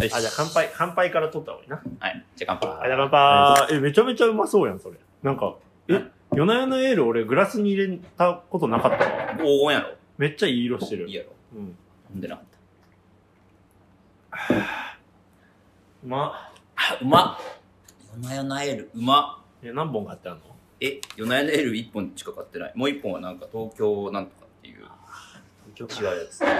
あ、じゃあ乾杯から取った方がいいな。 はい。じゃあ乾杯。 はい、じゃあ乾杯。めちゃめちゃうまそうやん、それ。なんか、夜な夜なエール俺グラスに入れたことなかったわ。 黄金やろ。 めっちゃいい色してる。 いいやろ。 うん。 飲んでなかった。 うまっ。 うまっ。夜な夜なエール、うまっ。 何本買ってあんの？ 夜な夜なエール1本しか買ってない。もう1本はなんか東京なんとかっていう。東京違うやつ。こ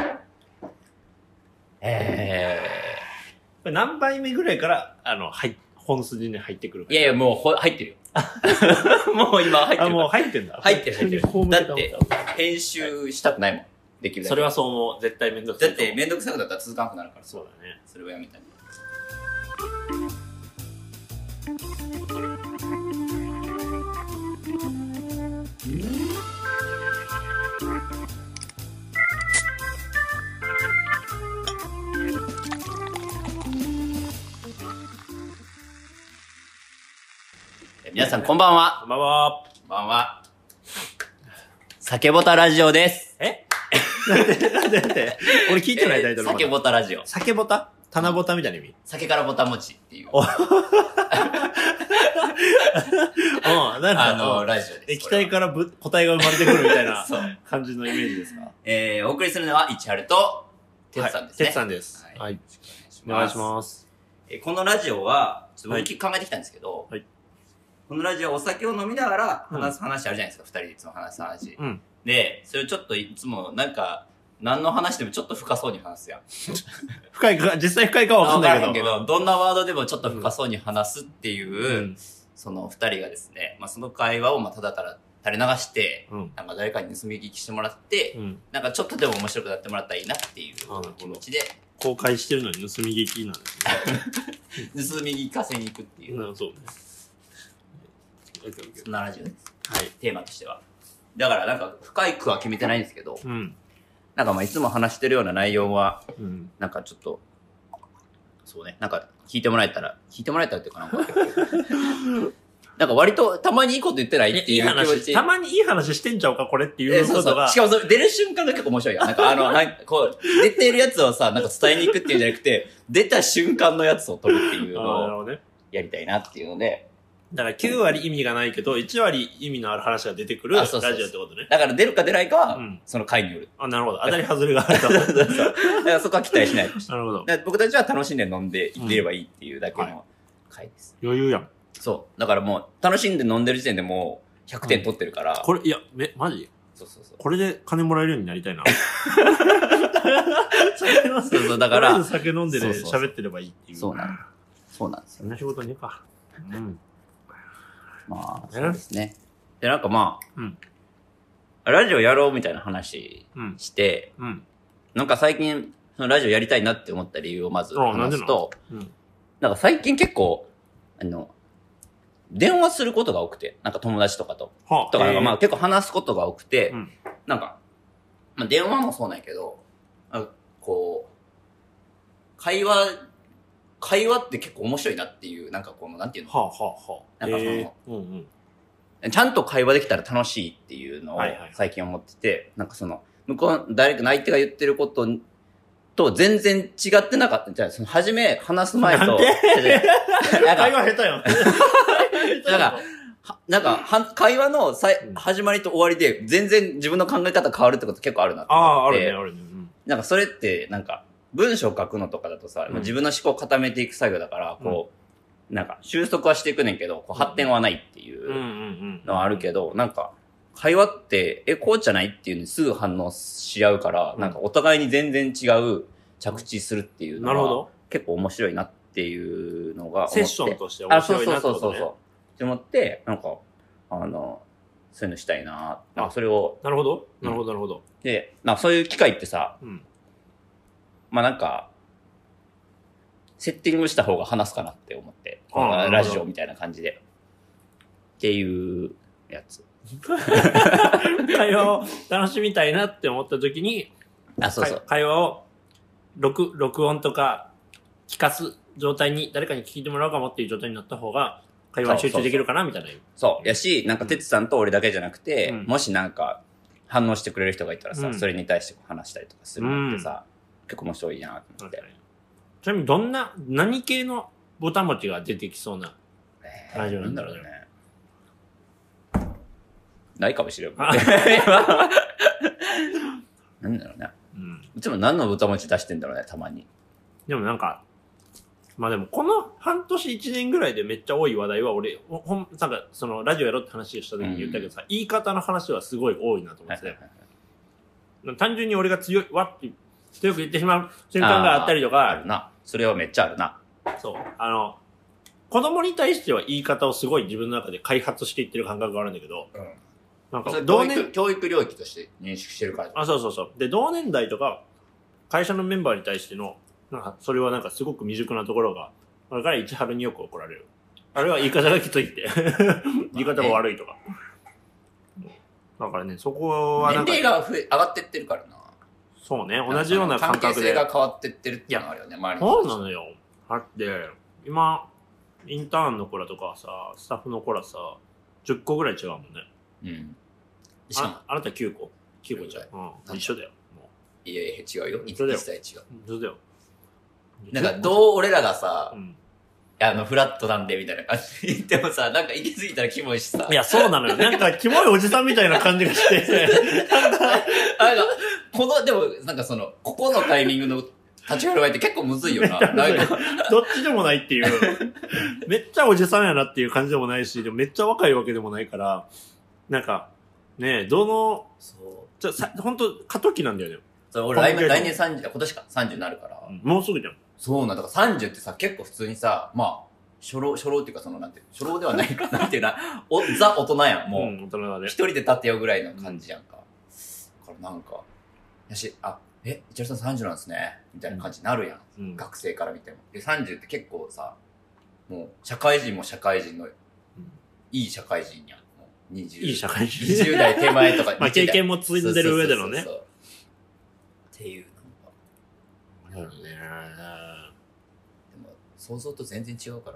れ何杯目ぐらいから、本筋に入ってくるか。 いやいや、もう入ってるよ。もう今入ってる。 もう入ってんだ。 入ってる。だって、編集したくないもん。できるだけ。 それはそう思う。絶対めんどくさい。 だってめんどくさくなったら続かなくなるから。 そうだね。 それをやめたい。皆さんこんばんは。 こんばんは。 こんばんは。酒ボタラジオです。 なんで俺聞いてないタイトル。 酒ボタラジオ。 酒ボタ？棚ボタみたいな意味？ 酒からボタ持ちっていう。ラジオです。 液体から個体が生まれてくるみたいな感じのイメージですか？ お送りするのは、市春と、てつさんですね。 てつさんです。はい。お願いします。 このラジオは、ちょっと僕考えてきたんですけど、このラジオはお酒を飲みながら話す話あるじゃないですか、二人でいつも話す話。で、それをちょっといつもなんか、何の話でもちょっと深そうに話すやん。 深いか、実際深いかはわかんないけど。 どんなワードでもちょっと深そうに話すっていう、その二人がですね、その会話をただただ垂れ流して、なんか誰かに盗み聞きしてもらって、なんかちょっとでも面白くなってもらったらいいなっていう気持ちで。 公開してるのに盗み聞きなんですね。盗み聞かせに行くっていう。 そうね。 そんなラジオです。 はい。 テーマとしては。だからなんか深い句は決めてないんですけど、なんかいつも話してるような内容は、なんかちょっと、そうね、なんか聞いてもらえたらっていうかなんか割とたまにいいこと言ってないっていう気持ち。 たまにいい話してんちゃうかこれっていうことが。 しかもそれ出る瞬間が結構面白いよ。なんか出てるやつをさ、なんか伝えに行くっていうんじゃなくて、出た瞬間のやつを取るっていうのをやりたいなっていうので。 だから9割意味がないけど、1割意味のある話が出てくるラジオってことね。 だから出るか出ないかは、その回による。 なるほど。当たり外れがあると。 だからそこは期待しない。 なるほど。 僕たちは楽しんで飲んでいってればいいっていうだけの回です。 余裕やん。そう。 だからもう、楽しんで飲んでる時点でもう、100点取ってるから。 これ、いや、マジ？ そう。 これで金もらえるようになりたいな。 そう、だから。 酒飲んで喋ってればいいっていう。 そうなんですよ。 そんな仕事ねえか。 そうですね。で、なんかラジオやろうみたいな話して、なんか最近、そのラジオやりたいなって思った理由をまず話すと、なんか最近結構、電話することが多くて、なんか友達とかと。とかなんか結構話すことが多くて、なんか、電話もそうなんやけど、こう、会話って結構面白いなっていう、なんかなんていうのなんかちゃんと会話できたら楽しいっていうのを最近思ってて、なんか向こう、相手が言ってることと全然違ってなかった。じゃあ、初め話す前と。 会話下手よ。 なんか、会話の始まりと終わりで全然自分の考え方変わるってこと結構あるなって思って。 あるね。 なんかそれって、なんか、文章書くのとかだとさ、自分の思考を固めていく作業だから、なんか、収束はしていくねんけど、発展はないっていうのはあるけど、なんか、会話って、こうじゃないっていうのにすぐ反応し合うから、なんかお互いに全然違う着地するっていうのが、結構面白いなっていうのが思って。 セッションとして面白いなってことね。 そう。って思って、なんか、そういうのしたいな。それを。 なるほど。 で、そういう機会ってさ、なんか、セッティングした方が話すかなって思って。ラジオみたいな感じで。っていうやつ。 会話を楽しみたいなって思った時に、会話を録音とか聞かす状態に、誰かに聞いてもらおうかもっていう状態になった方が、会話に集中できるかなみたいな。 そう。やし、なんか、てつさんと俺だけじゃなくて、もしなんか、反応してくれる人がいたらさ、それに対して話したりとかするのってさ、結構面白いなと思って。 ちなみに何系のぼたもちが出てきそうなラジオなんだろうね。 ないかもしれん。なんだろうね。いつも何のぼたもち出してんだろうね、たまに。 でもなんか、まあでもこの半年1年ぐらいでめっちゃ多い話題は俺、なんかそのラジオやろうって話をした時に言ったけどさ、言い方の話はすごい多いなと思って、単純に俺が強く言ってしまう瞬間があったりとか。 あるな。それはめっちゃあるな。 そう。子供に対しては言い方をすごい自分の中で開発していってる感覚があるんだけど、 なんか教育領域として認識してるから。 そう。で、同年代とか、会社のメンバーに対しての、なんか、それはなんかすごく未熟なところが、あれから市春によく怒られる。あれは言い方がきついって。言い方が悪いとか。だからね、そこはなんか。 年齢が上がってってるからな。 そうね、同じような感覚で。 関係性が変わってってるっていうのがあるよね、周りの。そうなのよ。だって、今、インターンの子らとかさ、スタッフの子らさ、10個ぐらい違うもんね。 うん。 あなた9個 ?9 個じゃん。一緒だよ。 いやいや、違うよ。一切違う。 一緒だよ。 なんか、どう俺らがさ、フラットなんで、みたいな感じで言ってもさ、なんか行き過ぎたらキモいしさ。 いや、そうなのよ。なんか、キモいおじさんみたいな感じがして。 でも、なんかここのタイミングの立ち振る舞いって結構むずいよな。なんかどっちでもないっていう。めっちゃおじさんやなっていう感じでもないし、でもめっちゃ若いわけでもないから、なんか、ねえ、ほんと、過渡期なんだよね。 俺来年30、今年か30になるから。 もうすぐじゃん。 そうなんだから30ってさ、結構普通にさ、まあ、初老っていうかなんていう、初老ではないかなんていうな、ザ大人やん、もう。 大人だね。 一人で立ってよぐらいの感じやんか。だからなんか、市原さん30なんですね、みたいな感じになるやん。学生から見ても。で、30って結構さ、もう、社会人も社会人の、いい社会人やん。 いい社会人。 20代手前とか。 まあ経験も積んでる上でのね。 っていう、なんか。でも、想像と全然違うから。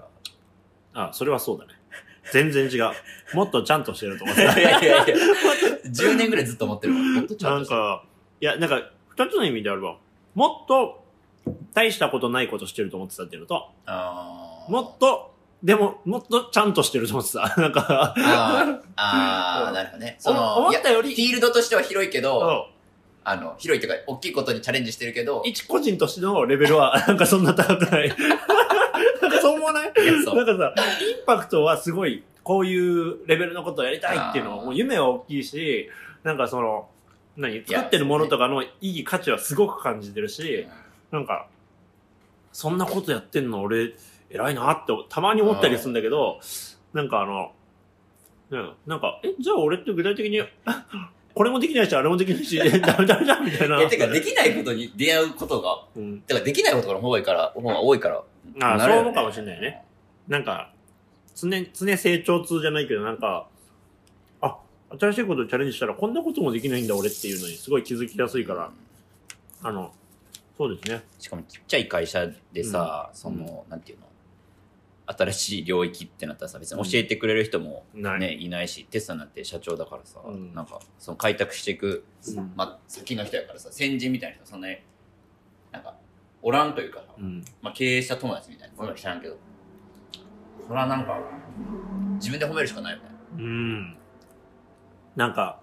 それはそうだね。全然違う。もっとちゃんとしてると思ってた。 いや。10年ぐらいずっと思ってるもん。もっとちゃんとしてる。 なんか、二つの意味であれば、もっと、大したことないことしてると思ってたっていうのと、もっとちゃんとしてると思ってた。なんかなるほどね。 思ったより。 フィールドとしては広いけど、広いっていうか、大きいことにチャレンジしてるけど、 一個人としてのレベルは、なんかそんな高くない。なんかそう思わない？なんかさ、インパクトはすごい、こういうレベルのことをやりたいっていうのは、もう夢は大きいし、なんか作ってるものとかの意義、価値はすごく感じてるし、なんか、そんなことやってんの俺、偉いなってたまに思ったりするんだけど、なんかなんか、じゃあ俺って具体的に、これもできないし、あれもできないし、ダメじゃんみたいな。 てか、できないことに出会うことが、てか、できないことの方が多いから。 そう思うかもしれないね。なんか、常成長痛じゃないけど、なんか、新しいことをチャレンジしたらこんなこともできないんだ俺っていうのにすごい気づきやすいから、そうですね。 しかもちっちゃい会社でさ、なんていうの、新しい領域ってなったらさ、別に教えてくれる人もね、いないし、テストになって社長だからさ、なんか、開拓していく、先の人やからさ、先人みたいな人そんなに、なんか、おらんというか、経営者友達みたいなものは知らんけど、それはなんか、自分で褒めるしかないよね。 なんか、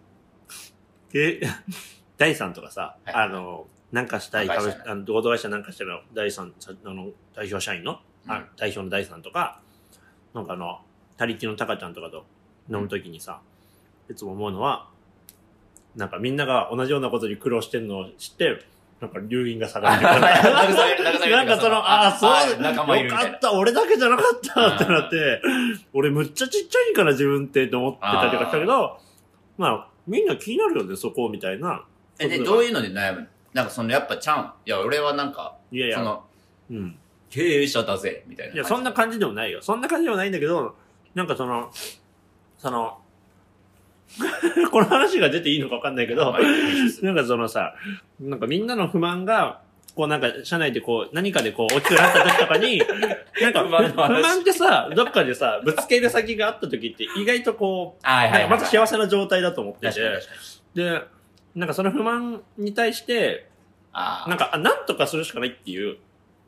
第三とかさ、なんかしたい合同会社なんかしてる第三、代表社員の、代表の第三とか、なんか他力のタカちゃんとかと飲むときにさ、いつも思うのは、なんかみんなが同じようなことに苦労してるのを知って、なんか留飲が下がる。なんかそう、よかった、俺だけじゃなかったってなって、俺むっちゃちっちゃいから自分って思ってたりとかしたけど、まあ、みんな気になるよね、そこみたいな。 で、どういうので悩む？なんかやっぱいや、俺はなんか、経営者だぜ、みたいな。 いや、そんな感じでもないよ。そんな感じでもないんだけど、なんかこの話が出ていいのか分かんないけど、なんかさ、なんかみんなの不満が、なんか社内で何かで大きくなった時とかに、なんか不満ってさ、どっかでさ、ぶつける先があった時って意外となんかまた幸せな状態だと思ってて、で、なんかその不満に対して、なんか、なんとかするしかないっていう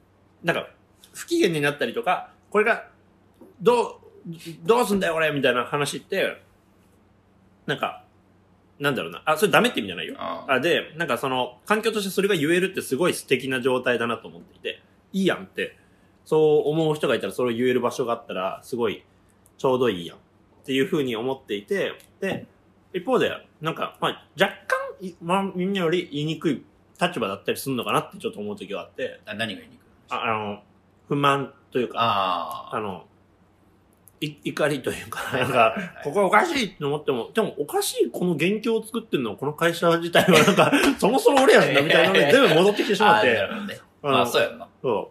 なんか、不機嫌になったりとか、これが、どうすんだよ俺みたいな話って、なんか、なんだろうな。それダメって意味じゃないよ。で、なんかその、環境としてそれが言えるってすごい素敵な状態だなと思っていて、いいやんって、そう思う人がいたらそれを言える場所があったら、すごい、ちょうどいいやんっていう風に思っていて、で、一方で、なんか、若干、みんなより言いにくい立場だったりするのかなってちょっと思う時があって。 何が言いにくい？ 不満というか、怒りというか、なんか、ここおかしいって思っても、でもおかしいこの元凶を作ってるのはこの会社自体はなんか、そもそも俺やんなみたいなので全部戻ってきてしまって。 まあそうやんな。 そう。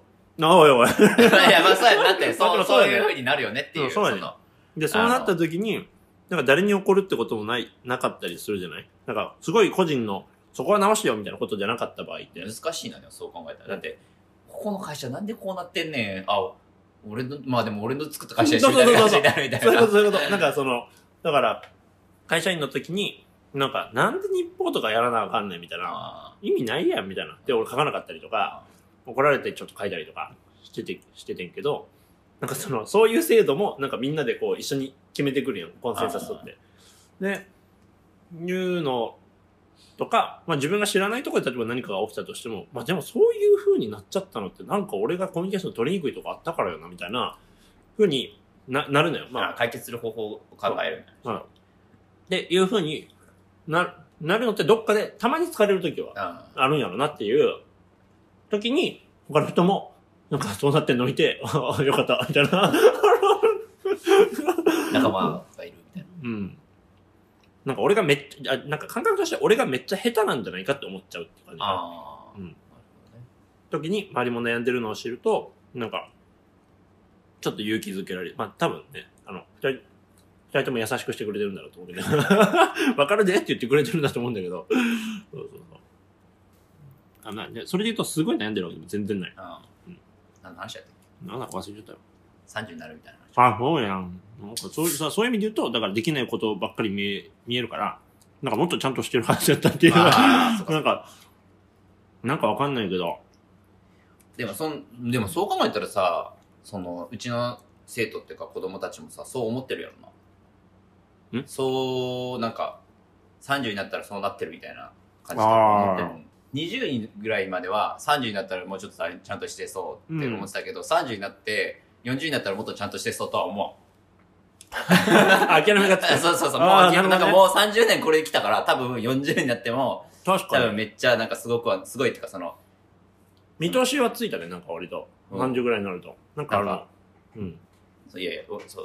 おいおい。いや、まあそうやんなって、そういう風になるよねっていう。 そうやね。で、そうなった時に、なんか誰に怒るってこともなかったりするじゃない？なんか、すごい個人の、そこは直してよみたいなことじゃなかった場合って。 難しいなね、そう考えたら。だって、ここの会社なんでこうなってんねん。まあでも俺の作った会社でしょみたいな感じになるみたいな。 そういうこと。なんかだから、会社員の時に、なんで日報とかやらなあかんねんみたいな。意味ないやんみたいな。で、俺書かなかったりとか、怒られてちょっと書いたりとかしててんけど、なんかそういう制度も、なんかみんなでこう一緒に決めてくるやん。コンセンサス取って。で、いうのとか、自分が知らないところで例えば何かが起きたとしても、でもそういう風になっちゃったのってなんか俺がコミュニケーション取りにくいとこあったからよな、みたいな風になるのよ。 解決する方法を考える。 で、いう風になるのってどっかでたまに疲れる時はあるんやろなっていう時に、他の人も、なんかそうなってんの見て、よかった、みたいな。 仲間がいるみたいな。 うん。なんか俺がなんか感覚として俺がめっちゃ下手なんじゃないかって思っちゃうって感じ。うん。時に周りも悩んでるのを知ると、なんか、ちょっと勇気づけられる。多分ね、二人とも優しくしてくれてるんだろうと思うけど、わかるでって言ってくれてるんだと思うんだけど、そうそれで言うとすごい悩んでるわけでも全然ない。 何の話やったっけ？なんだか忘れちゃったよ。 30になるみたいな話。そうやん。なんかそういう意味で言うと、だからできないことばっかり見えるから、なんかもっとちゃんとしてるはずやったっていう。なんかわかんないけど。 でもそう考えたらさ、うちの生徒っていうか子供たちもさ、そう思ってるやろな。なんか、30になったらそうなってるみたいな感じで思ってる。20ぐらいまでは30になったらもうちょっとちゃんとしてそうって思ってたけど、30になって40になったらもっとちゃんとしてそうとは思う。 諦めがつく。 そう。なんかもう30年これで来たから、多分40になっても、 確かに。 多分めっちゃなんかすごいっていうか見通しはついたね、なんか割と。30ぐらいになると。なんかあるの。うん。 いや、そう。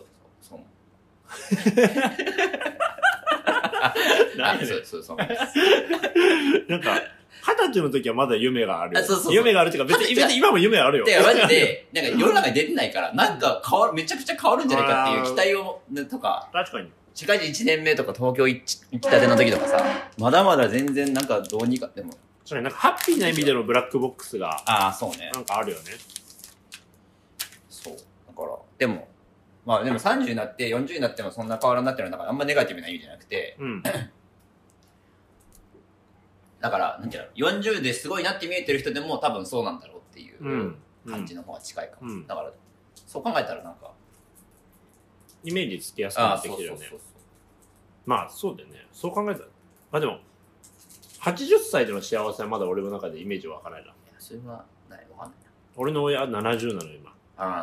そう。 なんか、20歳の時はまだ夢がある。夢があるっていうか、別に今も夢あるよ。 マジで、なんか世の中に出てないから、なんかめちゃくちゃ変わるんじゃないかっていう期待を、とか。 確かに。 社会人1年目とか東京行きたての時とかさ、まだまだ全然なんかどうにか、でも。 それなんかハッピーな意味でのブラックボックスが。 そうね。 なんかあるよね。 そう。だから、でも30になって40になってもそんな変わらんなってるのはなんかあんまネガティブな意味じゃなくて、だから、なんていうの、40ですごいなって見えてる人でも多分そうなんだろうっていう感じの方が近いかも。だから、そう考えたらなんか、 イメージつけやすくなってきてるよね。そうだよね。そう考えたら。でも、80歳での幸せはまだ俺の中でイメージ湧かないな。いや、 それはわかんないな。 俺の親70なの、今。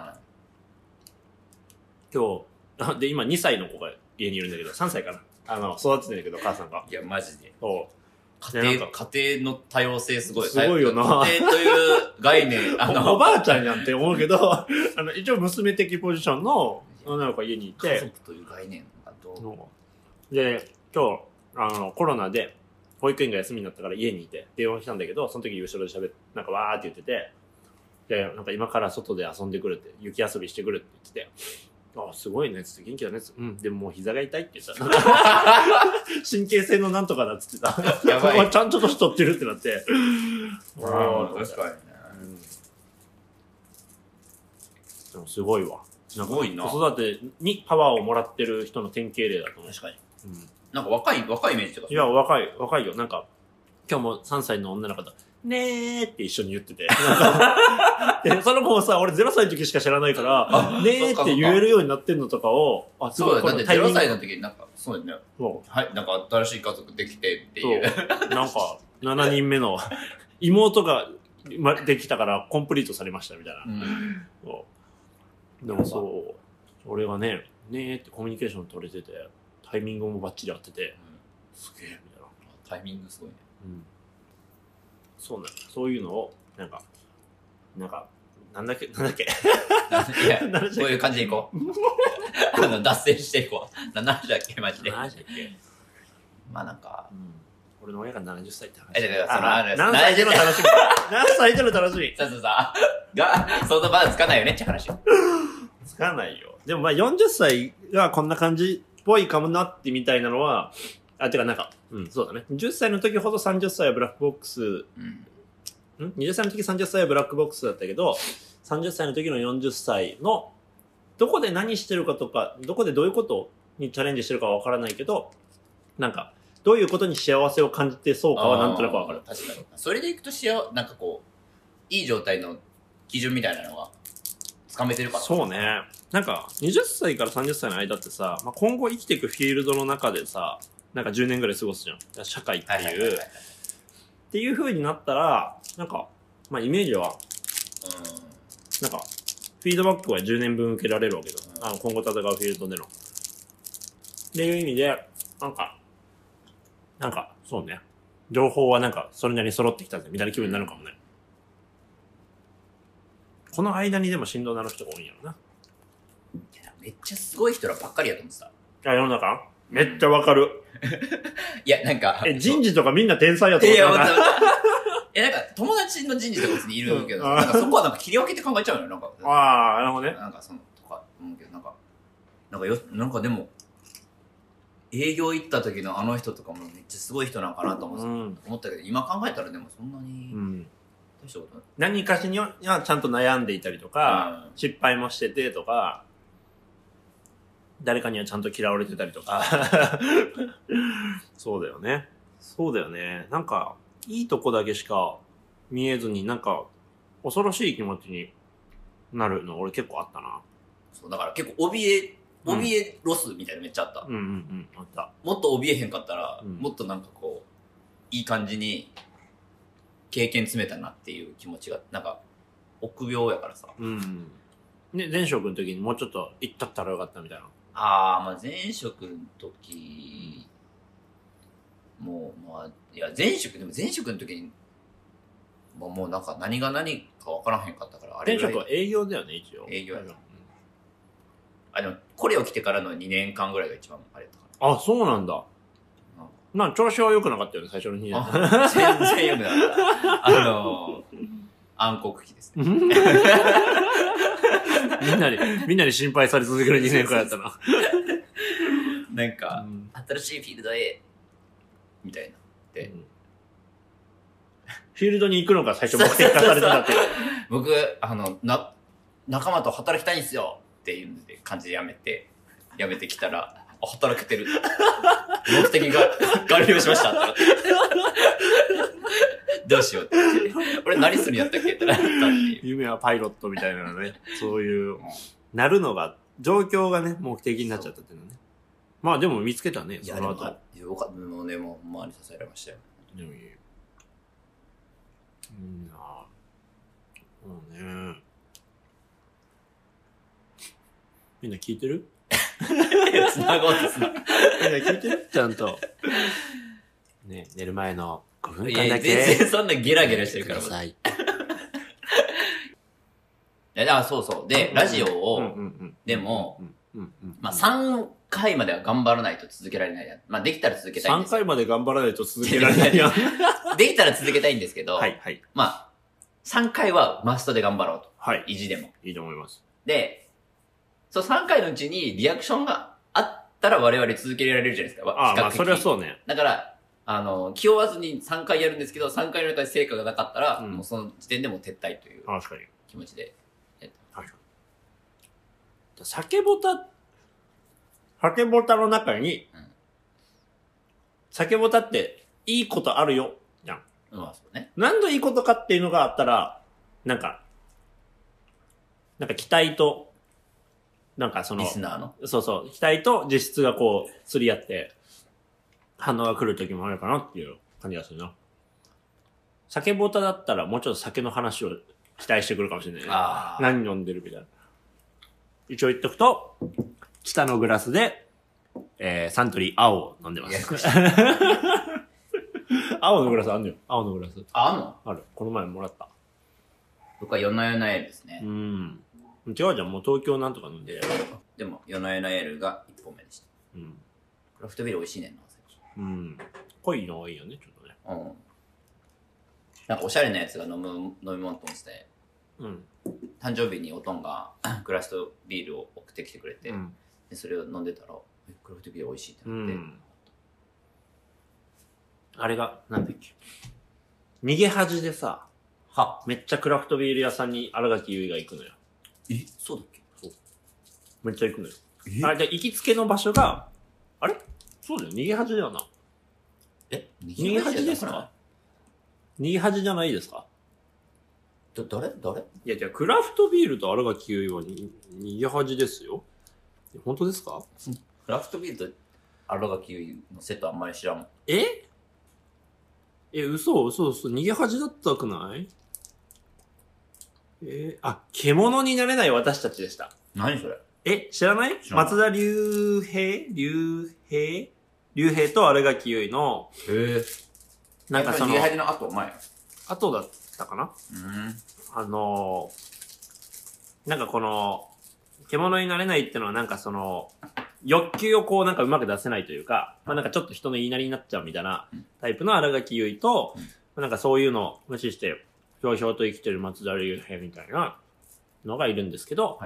今日、で、今2歳の子が家にいるんだけど、3歳かな。育ててんだけど、母さんが。 いや、マジで。 そう。 家庭の多様性すごい。 すごいよな。 家庭という概念。 おばあちゃんやんって思うけど、一応娘的ポジションの女の子が家にいて。 家族という概念だと。 で、今日、コロナで、保育園が休みになったから家にいて、電話来たんだけど、その時後ろでなんかわーって言ってて、で、なんか今から外で遊んでくるって、雪遊びしてくるって言ってて、すごいね、つって元気だね、でももう膝が痛いって言った。神経性のなんとかだっつってた。やばい。ちゃんと年取ってるってなって。 確かにね。 でもすごいわ。 すごいな。 子育てにパワーをもらってる人の典型例だと思う。 確かに。なんか若いイメージとか。 いや、若いよ。なんか、今日も3歳の女の子と、ねーって一緒に言ってて。 で、その子もさ、俺0歳の時しか知らないから、ねーって言えるようになってんのとかを、 そうだ、だって0歳の時になんか、そうだよね。はい、なんか新しい家族できてっていう。 なんか、7人目の妹ができたからコンプリートされましたみたいな。でもそう、俺がねーってコミュニケーション取れてて、タイミングもバッチリ合ってて、すげえみたいな。 タイミングすごいね。 そうね。そういうのを、なんだっけいや、こういう感じでいこう。脱線していこう。何だっけマジで。 何だっけまあなんか、 俺の親が70歳って話。 何歳での楽しみ。何歳での楽しみ。 そうが、その場つかないよねって話。 つかないよ。でもまあ40歳がこんな感じっぽいかもなってみたいなのは、てかなんか、そうだね。10歳の時ほど30歳はブラックボックス、20歳の時30歳はブラックボックスだったけど、30歳の時の40歳の、どこで何してるかとか、どこでどういうことにチャレンジしてるかはわからないけど、なんか、どういうことに幸せを感じてそうかはなんとなくわかる。 確かに。それでいくとなんかこう、いい状態の基準みたいなのは、つかめてるかな。 そうね。なんか、20歳から30歳の間ってさ、今後生きていくフィールドの中でさ、なんか10年ぐらい過ごすじゃん。社会っていう。っていう風になったら、なんか、イメージは、なんか、フィードバックは10年分受けられるわけだ。今後戦うフィールドでの。っていう意味で、なんか、そうね。情報はなんか、それなりに揃ってきたぜ、みたいな気分になるかもね。この間にでも振動になる人が多いんやろな。 めっちゃすごい人らばっかりやと思ってた。 世の中めっちゃわかる。 いや、なんか。 人事とかみんな天才やと思ってた。 なんか友達の人事とか別にいるけど、なんかそこはなんか切り分けて考えちゃうのよ、なんか。 なるほどね。 なんかとか思うけど、なんかでも、営業行った時のあの人とかもめっちゃすごい人なんかなと思ったけど、今考えたらでもそんなに、大したことない。 何かしにはちゃんと悩んでいたりとか、失敗もしててとか、誰かにはちゃんと嫌われてたりとか。そうだよね。そうだよね。なんか、いいとこだけしか見えずに、なんか、恐ろしい気持ちになるの俺結構あったな。 そう、だから結構怯えロスみたいなのめっちゃあった。 あった。 もっと怯えへんかったら、もっとなんかこう、いい感じに経験詰めたなっていう気持ちが、なんか、臆病やからさ。 ね、前職の時にもうちょっと行ったったらよかったみたいな。 前職の時、いや、前職の時に、もうなんか何が何か分からへんかったから、 前職は営業だよね、一応。 営業やな。でも、これを着てからの2年間ぐらいが一番あれやったから。そうなんだ。調子は良くなかったよね、最初の2 年。全然良くなかった。暗黒期ですね。 みんなに心配され続ける2年間やったな。 なんか、新しいフィールドへ、みたいな。で、 フィールドに行くのが最初目的化されてたって。 僕、仲間と働きたいんですよっていう感じでやめてきたら、働けてる。目的が完了しましたってなって。どうしようって。俺何するんやったっけってなったっていう。 夢はパイロットみたいなのね。そういう、なるのが、状況がね、目的になっちゃったっていうのね。でも見つけたね、その後。 よかった。もうね、もう周り支えられましたよ。 でもいい。もうね。みんな聞いてる？ 繋ごうとすな。 みんな聞いてる？ちゃんと。ね、寝る前の5分間だけ。 全然そんなゲラゲラしてるから。 ください。 そうそう。で、ラジオを、でも、3回までは頑張らないと続けられないやん。できたら続けたいんですよ。 3回まで頑張らないと続けられないやん。 できたら続けたいんですけど、 はい。 3回はマストで頑張ろうと。 はい。 意地でも。 いいと思います。 で、3回のうちにリアクションがあったら我々続けられるじゃないですか。 それはそうね。 だから、気負わずに3回やるんですけど、3回の中で成果がなかったら、もうその時点でも撤退という気持ちで。 確かに。酒ボタの中に、酒ボタっていいことあるよ、じゃん。 そうね。 何度いいことかっていうのがあったら、なんか、 なんか期待と、なんかその、 リスナーの。 そうそう、期待と実質がこう、釣り合って、反応が来る時もあるかなっていう感じがするな。酒ボタだったらもうちょっと酒の話を期待してくるかもしれないね。何飲んでるみたいな。一応言っとくと、下のグラスで、サントリー青を飲んでます。青のグラスあんのよ。青のグラス。 あんのある。この前もらった。 僕は夜な夜なエールですね。 違うじゃん。もう東京なんとか飲んで。 でも、夜な夜なエールが1本目でした。クラフトビール美味しいねんな、最近。 濃いのがいいよね、ちょっとね。 なんかおしゃれなやつが飲み物として、誕生日におとんがクラフトビールを送ってきてくれて、でそれを飲んでたら、クラフトビール美味しいってなって。 あれが、なんだっけ。逃げ恥でさ、めっちゃクラフトビール屋さんに新垣結衣が行くのよ。 そうだっけ？そう。 めっちゃ行くのよ。あれ、じゃ行きつけの場所が、あれそうだよ、逃げ恥だよな。逃げ恥ですか？逃げ恥じゃないですか？ 誰いや、じゃあ、クラフトビールと新垣結衣は逃げ恥ですよ。本当ですか？ クラフトビールと新垣結衣のセットあんまり知らんもん。 嘘。逃げ恥だったくない？獣になれない私たちでした。 何それ？ 知らない？松田龍平と新垣結衣の、 なんかその、龍平の後だったかな？なんかこの、獣になれないってのはなんかその、欲求をこうなんかうまく出せないというか、なんかちょっと人の言いなりになっちゃうみたいなタイプの新垣結衣と、なんかそういうのを無視して、ひょうひょうと生きてる松田龍平みたいなのがいるんですけど、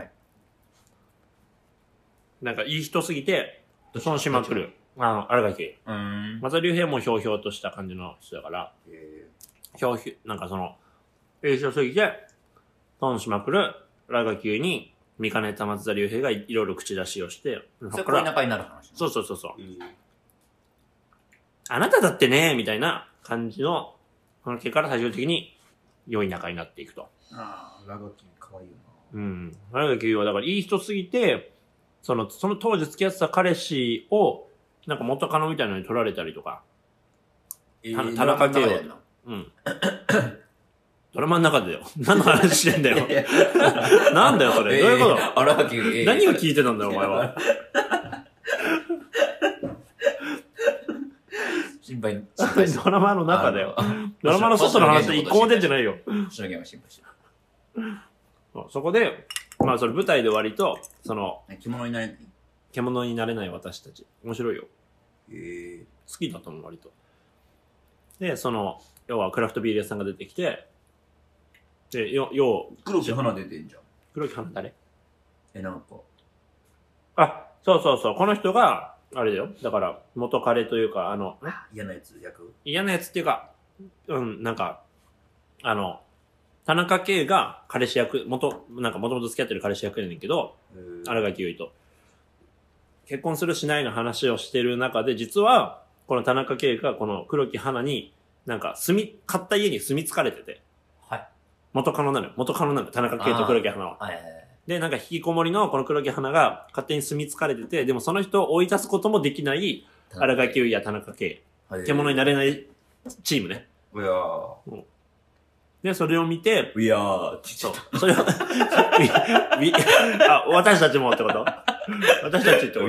なんかいい人すぎて、損しまくる。新垣結衣。松田龍平もひょうひょうとした感じの人だから、なんかその、いい人すぎて、損しまくる新垣結衣に、見かねた松田龍平がいろいろ口出しをして、 それから仲になる話。 そう。あなただってね、みたいな感じの、関係から最終的に良い仲になっていくと。 新垣可愛いよな。新垣結衣はだからいい人すぎて、その当時付き合ってた彼氏を、なんか元カノみたいなのに取られたりとか。田中圭を。ドラマの中でよ。何の話してんだよ。なんだよ、それ。どういうこと？何を聞いてたんだよ、お前は。 心配。 ドラマの中だよ。ドラマの外の話で一個も出てないよ。 そこで、まあそれ舞台で割と、その、 獣になれない？ 獣になれない私たち。面白いよ。好きだと思う、割と。で、その、要はクラフトビール屋さんが出てきて、で、 黒木花出てんじゃん。 黒木花誰？ なんか。 そう。この人が、あれだよ。だから、元彼というか、 嫌なやつ役？ 嫌なやつっていうか、なんか、田中圭が彼氏役、もともと付き合ってる彼氏役やねんけど、新垣結衣と。結婚するしないの話をしてる中で、実は、この田中圭がこの黒木花に、なんか買った家に住み着かれてて。元カノなのよ。田中圭と黒木花は。で、なんか引きこもりのこの黒木花が勝手に住み着かれてて、でもその人を追い出すこともできない新垣結衣や田中圭。獣になれないチームね。で、それを見て、そう。それを、私たちもってこと私たちってこと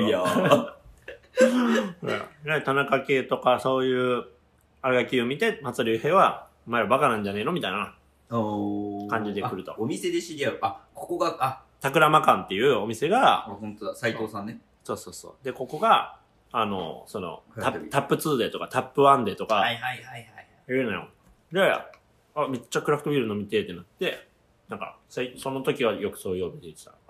田中圭とかそういう新垣結衣を見て、松田龍平は、お前らバカなんじゃねえのみたいな。感じで来ると。 お店で知り合う。ここが、 桜間館っていうお店が、 本当だ、斉藤さんね。 そう。で、ここが、タップ2デーとか、タップ1デーとか、言うのよ。で、めっちゃクラフトビール飲みてーってなって、なんか、その時はよくそういうお店行ってた。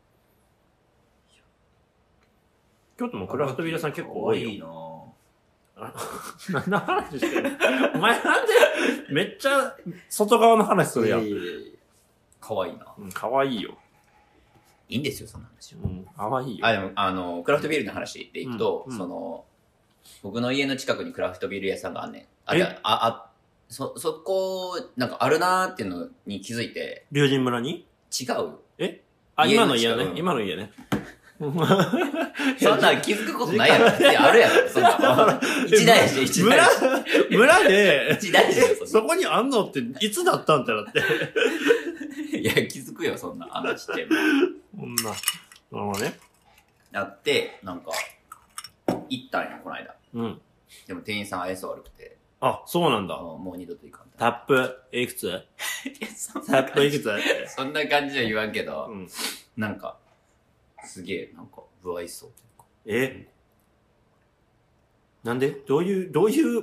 京都もクラフトビール屋さん結構多いよ。いいなぁ。何の話してる？お前なんでめっちゃ外側の話するやん。 かわいいな。 かわいいよ。 いいんですよ、そんな話。 かわいいよ。 でも、クラフトビールの話でいくと、僕の家の近くにクラフトビール屋さんがあんねん。そこ、なんかあるなーっていうのに気づいて。 龍神村に？ 違うよ。 あ、今の家ね。今の家ね。 そんなん気づくことないやろ。あるやろ、そんな。一大事、一大事。 村で、 一大事よ、 そこにあんのって、いつだったんってなって。 いや、気づくよ、そんな。あんなちっちゃいもん。そんな。なるほどね。 やって、なんか、行ったんや、この間。 うん。 でも店員さん愛想悪くて。 あ、そうなんだ。 もう二度と行かん。 タップ、いくつタップいくつそんな感じは言わんけど、なんか、すげえ、なんか、不愛想というか。 なんでどういう、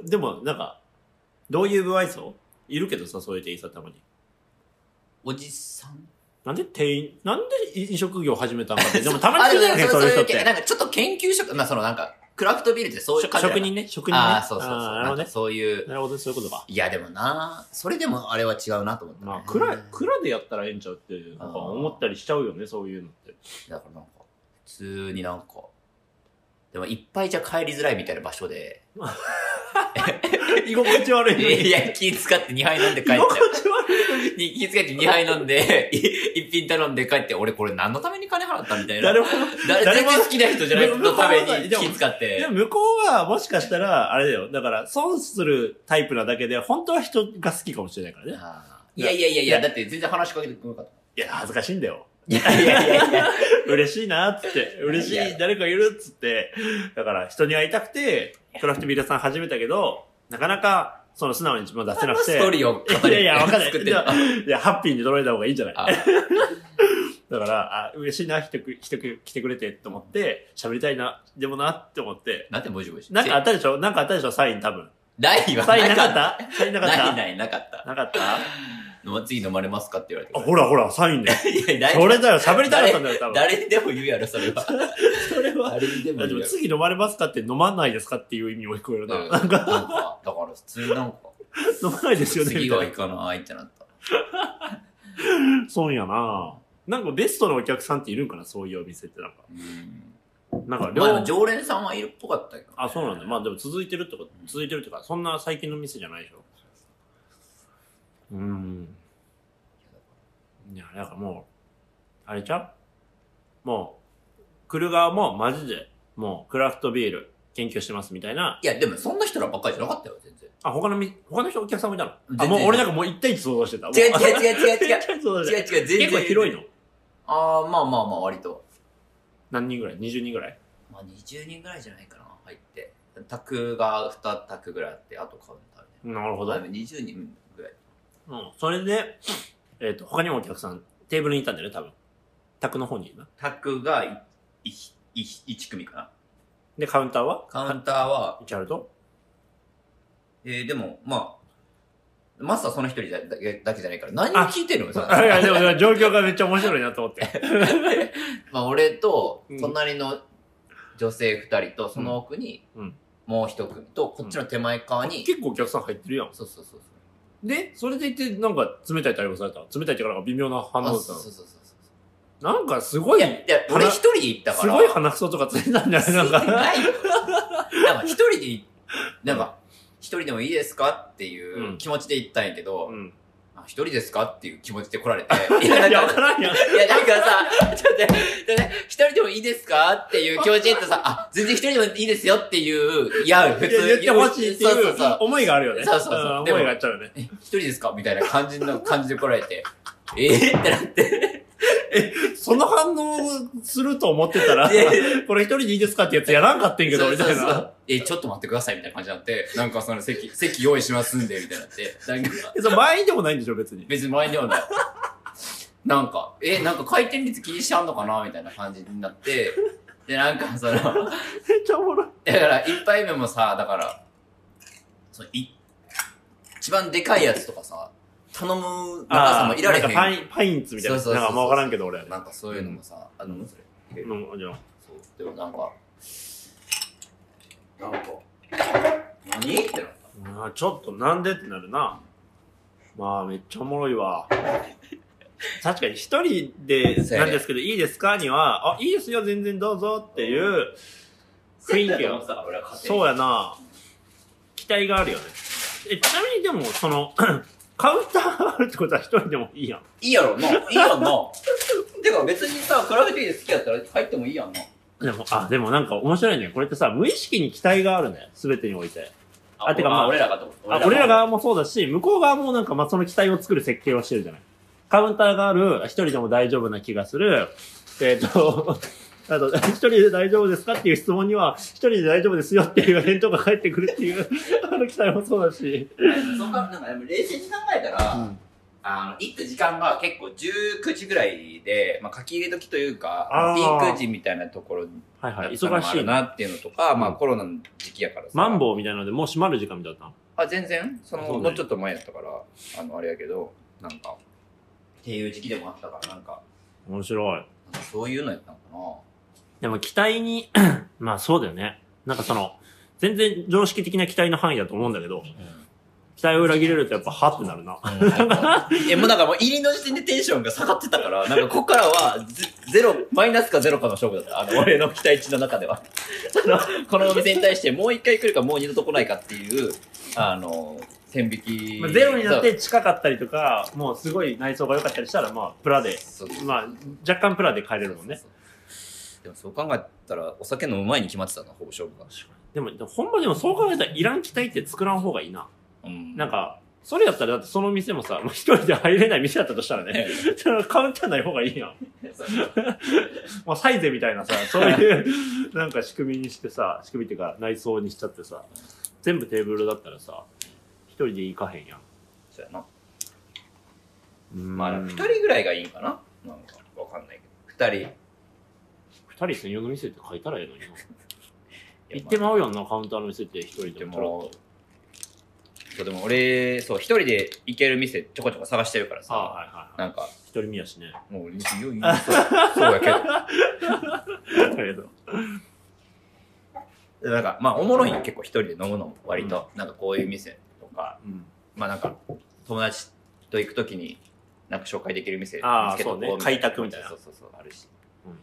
でも、なんか、どういう不愛想いるけどさ、そういう店員さんたまに。 おじさんなんで飲食業始めたんかって。でもたまにいるよね、そういう人って。 なんかちょっと研究職、まあそのなんか、クラフトビールってそういう感じ。 職人ね。 ああ、そう。なるほどね。そういう。 なるほど、そういうことか。 いや、でもな、それでもあれは違うなと思った。 まあ、蔵でやったらええんちゃうって、なんか思ったりしちゃうよね、そういうのって。 だからなんか、普通になんか、でもいっぱいじゃ帰りづらいみたいな場所で。 居心地悪いのに。 いや、気使って2杯飲んで帰っちゃう。居心地悪いのに。気使って2杯飲んで、1品頼んで帰って、俺これ何のために金払ったみたいな。誰も好きな人じゃないのために気使って。 でも向こうはもしかしたら、あれだよ。だから、損するタイプなだけで、本当は人が好きかもしれないからね。 いや、だって全然話しかけてくれなかった。 いや、恥ずかしいんだよ。 いや。 嬉しいなっつって、嬉しい、誰かいるっつって、だから人に会いたくて、クラフトビールさん始めたけど、なかなか、その素直に自分出せなくて。 ストーリーを語りいや、わかんない。いや、ハッピーに捉えた方がいいんじゃないだから、嬉しいな、来てくれてって思って、喋りたいな、でもなって思って。 なんでもじもじなんかあったでしょサイン多分。 ないわ。 サインなかったサインなかったなかった。 なかった次飲まれますかって言われて。 ほら、サインで。いや、それだよ、喋りたかったんだよ、多分。 誰にでも言うやろ、それは。 それは。 誰にでも言うやろ。 でも次飲まれますかって飲まないですかっていう意味も聞こえるな。 なんか、だから普通になんか。 飲まないですよね。 次は行かないってなった。 そうやな。なんかベストのお客さんっているんかな、そういうお店ってなんか。なんかまあ常連さんはいるっぽかったけど。 あ、そうなんだ。まあでも続いてるってか、そんな最近の店じゃないでしょ。いや、だからもう、あれちゃうもう、来る側もマジで、もうクラフトビール研究してますみたいな。 いや、でもそんな人らばっかりじゃなかったよ、全然。 あ、他の人お客さんもいたのあ、もう俺なんかもう1対1想像してた。 違う、全然。 結構広いのまあ、割と。 何人ぐらい ?20 人ぐらいまあ20人ぐらいじゃないかな、入って。卓が2卓ぐらいあって、あとカウンターで。 なるほど。 20人ぐらい。 それで、他にもお客さん、テーブルにいたんだよね、多分。卓の方にいるな。 卓が1組かな。 で、カウンターは 1 あるとでも、まあ、マスターその一人だけじゃないから、何を聞いてるのいや、でも状況がめっちゃ面白いなと思って。 まあ、俺と、隣の女性2人と、その奥に、もう一組と、こっちの手前側に。 結構お客さん入ってるやん。 そう。 で、それでいて、なんか冷たい対応された。冷たいっていうか、なんか微妙な反応だったの。 そう。 なんかすごい。 いや、俺一人で行ったから。 すごい鼻くそとかついたんじゃないなんか。 ないよ。なんか一人で、なんか、一人でもいいですかっていう気持ちで行ったんやけど、一人ですかっていう気持ちで来られて。 いや、わからんやん。 いや、なんかさ、ちょっと一人でもいいですかっていう気持ちで言ってさ、全然一人でもいいですよっていう、いや、普通に。 言ってほしいっていう思いがあるよね。 そう。 思いがあっちゃうよね。 一人ですかみたいな感じで来られて、ってなって。 その反応すると思ってたら、これ一人でいいですかってやつやらんかってんけど、みたいな。 ちょっと待ってくださいみたいな感じになって、なんかその席用意しますんで、みたいになって。なんかその前にでもないんでしょ、別に。 別に前にでもない。なんか回転率気にしちゃうのかなみたいな感じになって、で、なんかその、 めっちゃおもろい。 だから、一杯目もさ、だから、一番でかいやつとかさ、頼む長さもいられへん。 なんかパインツみたいな。なんかあんまわからんけど俺。 なんかそういうのもさ、それ。 じゃあ。 そう。でもなんか、何ってなった。 ちょっとなんでってなるな。まあめっちゃおもろいわ。確かに一人でなんですけど、いいですかには、いいですよ、全然どうぞっていう雰囲気が。そうやな。期待があるよね。ちなみにでも、その、カウンターがあるってことは一人でもいいやん。 いいやろな。てか、 か別にさ、クラフトビール好きやったら入ってもいいやんな。 でもなんか面白いね。これってさ、無意識に期待があるね。すべてにおいて。 てかまあ、俺らがと。 俺ら側もそうだし、向こう側もなんかまあその期待を作る設計をしてるじゃない。カウンターがある、一人でも大丈夫な気がする。あと、一人で大丈夫ですかっていう質問には、一人で大丈夫ですよっていう返答が返ってくるっていう、期待もそうだし。 そこからなんかでも冷静に考えたら、行く時間が結構19時ぐらいで、まあ書き入れ時というか、ピーク時みたいなところだったのもあるなっていうのとか、まあコロナの時期やからさ。 マンボウみたいなのでもう閉まる時間みたいだった全然もうちょっと前やったから、あれやけど、なんか、っていう時期でもあったから、なんか。 面白い。 そういうのやったのかな。 でも期待に、まあそうだよね。なんか全然常識的な期待の範囲だと思うんだけど、期待を裏切れるとやっぱはってなるな。 もうなんかもう入りの時点でテンションが下がってたから、なんかここからはマイナスかゼロかの勝負だった。俺の期待値の中では。このお店に対してもう一回来るかもう二度と来ないかっていう、線引き。 ゼロになって近かったりとか、もうすごい内装が良かったりしたら、まあプラで、まあ若干プラで帰れるもんね。 でもそう考えたら、お酒飲む前に決まってたな、ほぼ勝負が。 でもほんまでもそう考えたらいらん期待って作らん方がいいな。なんか、それやったらだってその店もさ、一人で入れない店だったとしたらね、カウンターない方がいいやん。まあサイゼみたいなさ、そういうなんか仕組みにしてさ、仕組みっていうか内装にしちゃってさ、全部テーブルだったらさ、一人で行かへんやん。 そうやな。まあ、二人ぐらいがいいんかな、なんか、わかんないけど。 二人専用の店って書いたらええのにな。行ってまうよな、カウンターの店って一人でも。 そう、でも俺、そう、一人で行ける店ちょこちょこ探してるからさ、なんか。 一人見やしね。 もう、そうやけど。だけど。なんか、まあ、おもろいん結構一人で飲むのも割と、なんかこういう店とか、まあなんか、友達と行くときに、なんか紹介できる店見つけとこうみたいな。 開拓みたいな。 そう、あるし。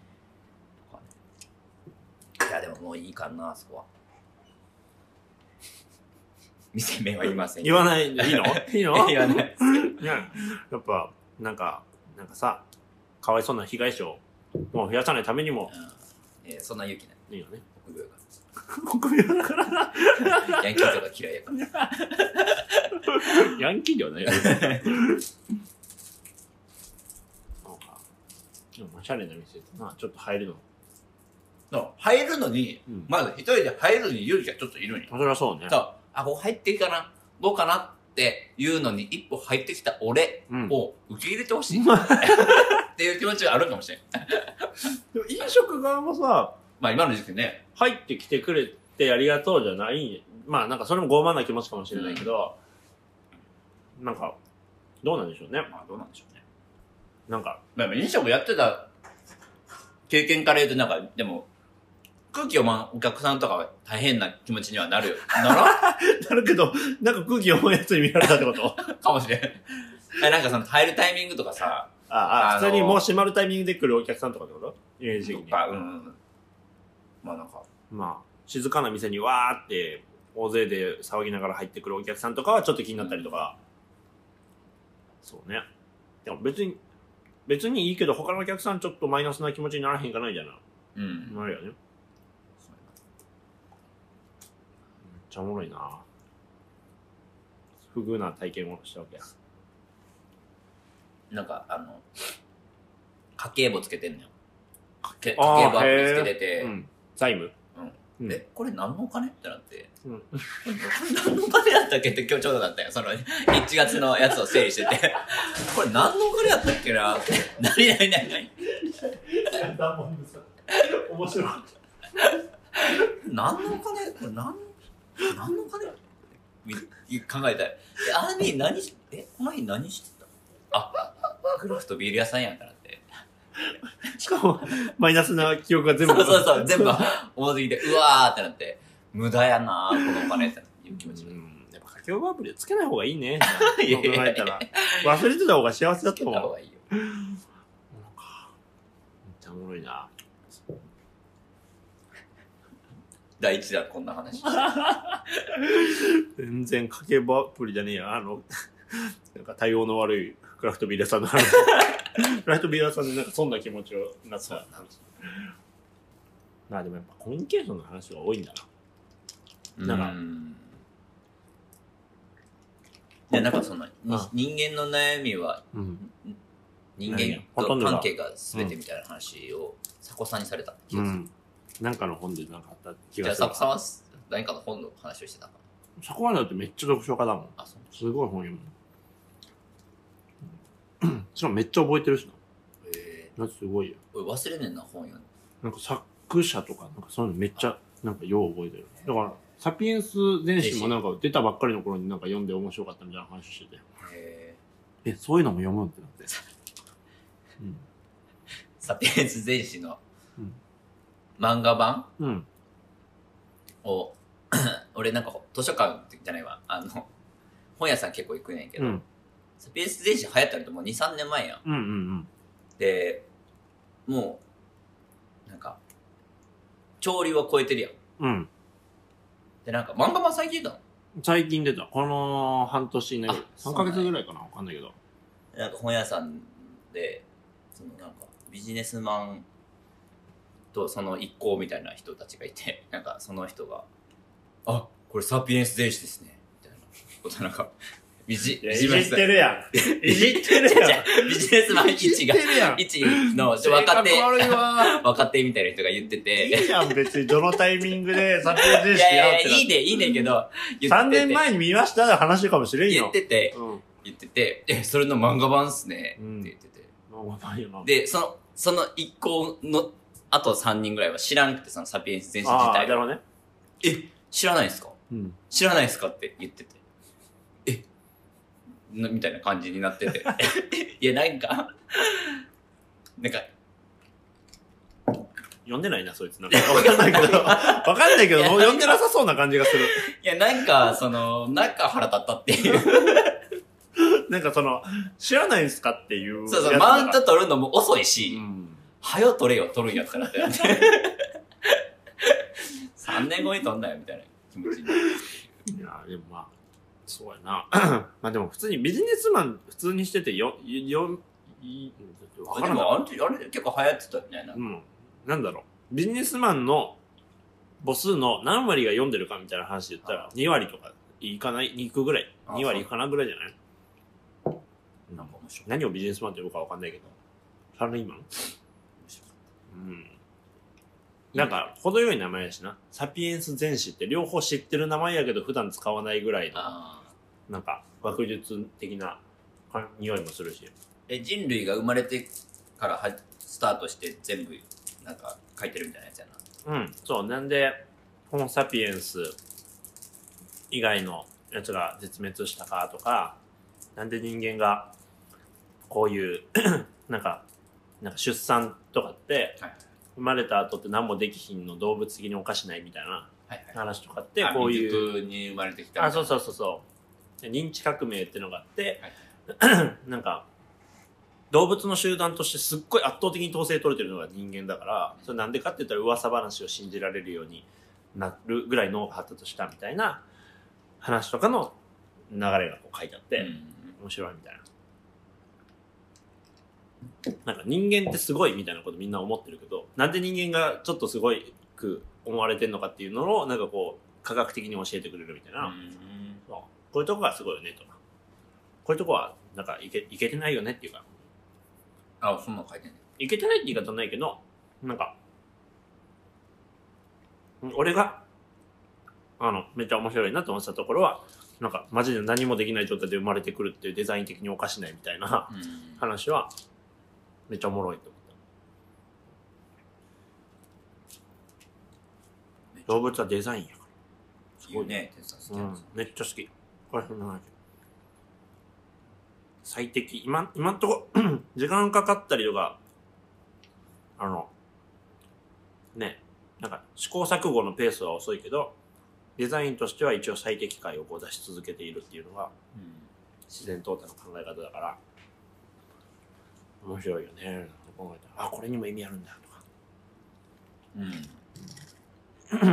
いや、でももういいかな、あそこは。店名は言いません。 言わないでいいのいいの言わない。 やっぱ、なんかさ、かわいそうな被害者をもう増やさないためにも。 そんな勇気ない。 いいよね。 臆病だから。ヤンキーとか嫌いやから。 ヤンキーではないよ。なんか、でもおしゃれな店ってな、ちょっと入るの。 入るのに、まず一人で入るのに勇気がちょっといるんや。 それはそうね。 ここ入っていいかなどうかなっていうのに一歩入ってきた俺を受け入れてほしい。っていう気持ちがあるかもしれん。 でも飲食側もさ、 まあ今の時期ね。 入ってきてくれてありがとうじゃない。まあなんかそれも傲慢な気持ちかもしれないけど、なんか、どうなんでしょうね。 まあどうなんでしょうね。 なんか。 飲食やってた経験から言うとなんか、でも、空気読まんお客さんとかは大変な気持ちにはなるよ。なるけど、なんか空気読むやつに見られたってことかもしれん。なんか入るタイミングとかさ。 普通にもう閉まるタイミングで来るお客さんとかってことイメージ的に。 まあなんか。 まあ、静かな店にわーって大勢で騒ぎながら入ってくるお客さんとかはちょっと気になったりとか。そうね。でも別にいいけど他のお客さんちょっとマイナスな気持ちにならへんかないじゃな。なるよね。めっちゃおもろいな。不遇な体験をしたわけや。 なんか家計簿つけてんのよ。家計簿アプリつけてて。 財務。 これ何のお金ってなって。これ何のお金やったっけって今日ちょうどだったよ。その1月のやつを整理してて。これ何のお金やったっけなって。何面白い。 何のお金これ何のお金考えたい。この日何してたクラフトビール屋さんやんかなって。 しかも、マイナスな記憶が全部。 そう、全部重すぎて、うわーってなって、無駄やなー、このお金っていう気持ち。 やっぱ家計簿アプリつけない方がいいね。考えたら。忘れてた方が幸せだったもん。 つけた方がいいよ。めっちゃおもろいな。 第一弾こんな話。 全然家計簿アプリじゃねえや。なんか対応の悪いクラフトビール屋さんの話。 ライトビューアーさんでなんかそんな気持ちをなった。まあでもやっぱコミュニケーションの話が多いんだな。なんか、 いや、なんかその、人間の悩みは、人間と関係が全てみたいな話を、佐古さんにされた気がする。 なんかの本でなんかあった気がする。じゃあ佐古さんは何かの本の話をしてたかな。佐古はだってめっちゃ読書家だもん。あ、そう。すごい本読む。しかもめっちゃ覚えてるしな。すごいよ。 忘れねえな、本読んで。 なんか作者とか、なんかそういうのめっちゃ、なんかよう覚えてる。だから、サピエンス全史もなんか出たばっかりの頃になんか読んで面白かったみたいな話してて。そういうのも読むってなって。 サピエンス全史の漫画版を、俺なんか図書館じゃないわ、本屋さん結構行くねんけど、サピエンス全史流行ったのってもう2、3年前やん。で、もう、なんか、潮流は超えてるやん。で、なんか漫画版最近出たの？ 最近出た。この半年ね、3ヶ月ぐらいかな、わかんないけど。 なんか本屋さんで、そのなんかビジネスマンとその一行みたいな人たちがいて、なんかその人が、あ、これサピエンス全史ですね。みたいなことなんか、いじってるやん。いじってるやん。ビジネスマン1の若手みたいな人が言ってて。 いいじゃん、別にどのタイミングでサピエンス全史やって。 いいねけど、 3年前に見ましたの話かもしれんよ。言ってて、それの漫画版っすね。って言ってて。 漫画版よな。 で、その一行の、あと3人ぐらいは知らんくて、そのサピエンス全史自体は。 ね。 知らないですか？知らないですかって言ってて。みたいな感じになってて。いや、なんか、 読んでないな、そいつ。なんかわかんないけど、もう読んでなさそうな感じがする。 いや、なんか腹立ったっていう。 なんか知らないんすかっていう。 そう、マウント取るのも遅いし、はよ取れよ、取るんやったらって。3年後に取んなよ、みたいな気持ちになる。 いや、でもまあ、そうやな。まあでも普通にビジネスマン普通にしててでもあれ結構流行ってたよね。 なんだろう。ビジネスマンの母数の何割が読んでるかみたいな話で言ったら2割とかいかない、いくぐらい。2割いかなぐらいじゃない？なんか面白い。何をビジネスマンって呼ぶかわかんないけど。サラリーマン？なんか、程よい名前やしな。サピエンス全史って両方知ってる名前やけど普段使わないぐらいの。なんか、学術的な匂いもするし。 人類が生まれてからスタートして全部、なんか、書いてるみたいなやつやな。 そう。なんで、ホモ・サピエンス以外のやつが絶滅したかとか、なんで人間が、こういうなんか出産とかって、生まれた後って何もできひんの動物的におかしないみたいな話とかって、こういう。 未熟に生まれてきた。 そう。認知革命っていうのがあって、なんか、動物の集団としてすっごい圧倒的に統制取れてるのが人間だから、それなんでかって言ったら噂話を信じられるようになるぐらい脳が発達したみたいな話とかの流れがこう書いてあって、面白いみたいな。なんか人間ってすごいみたいなことみんな思ってるけど、なんで人間がちょっとすごいく思われてんのかっていうのをなんかこう科学的に教えてくれるみたいな。こういうとこがすごいよねとか。こういうとこはなんかいけてないよねっていうか。 そんなの書いてんね。 いけてないって言い方ないけど、なんか、俺が、めっちゃ面白いなと思ってたところは、なんか、マジで何もできない状態で生まれてくるっていうデザイン的におかしないみたいな話は、めっちゃおもろいと思った。動物はデザインやから。 すごいね、 めっちゃ好き。これそんな話。最適。今んとこ、時間かかったりとか、なんか試行錯誤のペースは遅いけど、デザインとしては一応最適解をこう出し続けているっていうのが、自然淘汰の考え方だから、面白いよね。考えたら、これにも意味あるんだとか。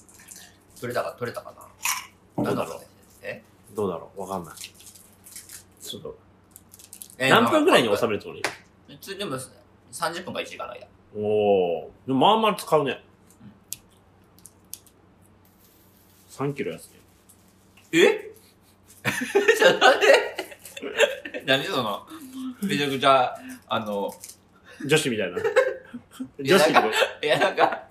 取れたかな。 どうだろうわかんない。 ちょっと。何分くらいに収めるつもり？ 普通でも30分か1時間の間。 おー。でもまあまあ使うね。3キロ安い。 えじゃあなんで何その、めちゃくちゃ、 女子みたいな。女子みたいな。 いや、なんか、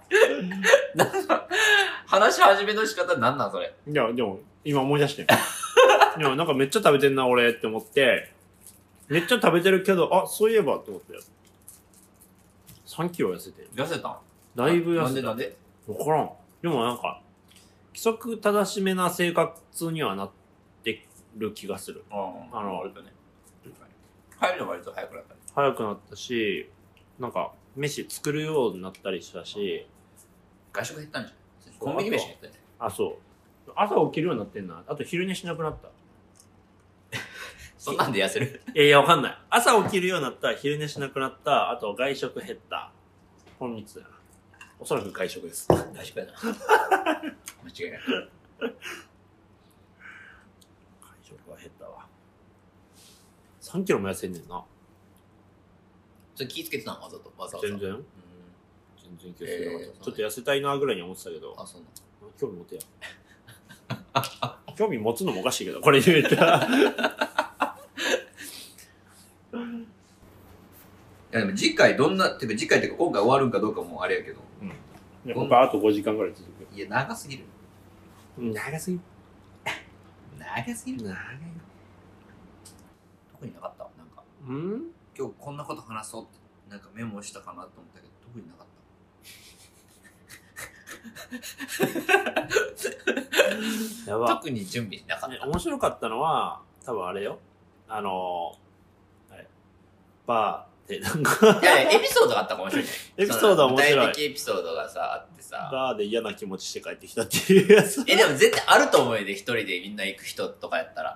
話し始めの仕方なんなんそれ。 いや、でも、今思い出してん。いや、なんかめっちゃ食べてんな、俺って思って、めっちゃ食べてるけど、あ、そういえばって思って。3キロ痩せてる。 痩せたん？ だいぶ痩せた。 なんでわからん。でもなんか、規則正しめな生活にはなってる気がする。 割とね。入るの割と早くなったね。 早くなったし、なんか、飯作るようになったりしたし。 外食減ったんじゃん。コンビニ飯減ったね。 あ、そう。朝起きるようになってんな。あと昼寝しなくなった。 そんなんで痩せる？ いや、わかんない。朝起きるようになった、昼寝しなくなった、あと外食減った。この3つだな。おそらく外食です。 外食やな。間違いない。 外食は減ったわ。3キロも痩せんねんな。 それ気ぃつけてたの？わざわざ。 全然気をつけてなかった。ちょっと痩せたいなぐらいに思ってたけど。 あ、そうなの。興味持てや。興味持つのもおかしいけど、これ言うたら。 いやでも次回どんな、てか次回ってか今回終わるんかどうかもあれやけど。 いや、僕はあと5時間ぐらい続く。 いや、長すぎる。 長すぎる。 長すぎる。 長い。 特になかったなんか。 今日こんなこと話そうって、なんかメモしたかなと思ったけど、特になかった。やば。特に準備なかった。 面白かったのは、多分あれよ。バーでなんかいやいや、エピソードがあったかもしれない。 エピソードは面白い。 具体的エピソードがさ、あってさ。 バーで嫌な気持ちして帰ってきたっていうやつ。 でも絶対あると思うよね、一人でみんな行く人とかやったら。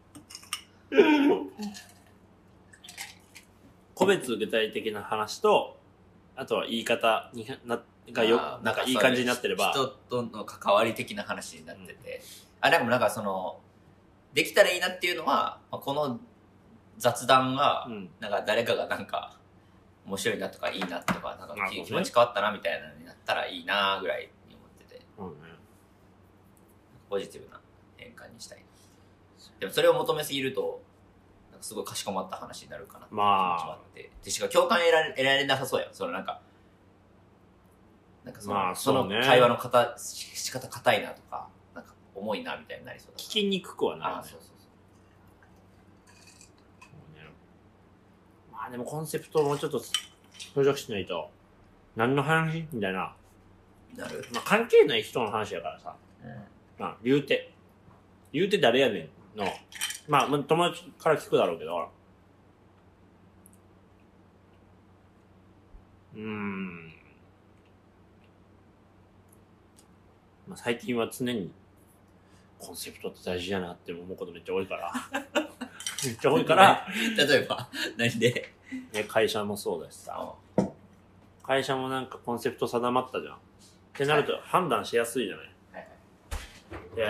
個別具体的な話と、あとは言い方がなんかいい感じになってれば。 人との関わり的な話になってて。でもなんかできたらいいなっていうのは、この雑談が、なんか誰かがなんか、面白いなとかいいなとか、なんか気持ち変わったなみたいなのになったらいいなぐらいに思ってて。ポジティブな変換にしたい。でもそれを求めすぎると、なんかすごいかしこまった話になるかなって気持ちもあって。で、しかも共感得られなさそうやん。なんかその会話の仕方硬いなとか、なんか重いなみたいになりそうだ。 聞きにくくはなる、ね。 そう。 まあでもコンセプトをもうちょっと補助しないと、何の話みたいな。 なる。 まあ関係ない人の話やからさ。まあ言うて誰やねんの。まあ友達から聞くだろうけど。まあ、最近は常にコンセプトって大事やなって思うことめっちゃ多いから。めっちゃ多いから。 例えば、何で？ 会社もそうだしさ。会社もなんかコンセプト定まったじゃん。ってなると判断しやすいじゃない。で、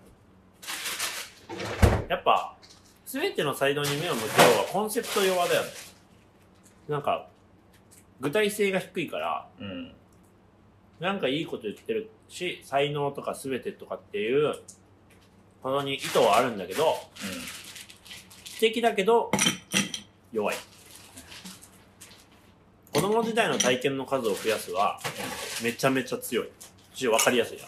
やっぱ、すべてのサイドに目を向けようはコンセプト弱だよね。なんか、具体性が低いから、なんかいいこと言ってるし、才能とかすべてとかっていう、このに意図はあるんだけど、知的だけど、弱い。子供時代の体験の数を増やすは、めちゃめちゃ強い。し、わかりやすい。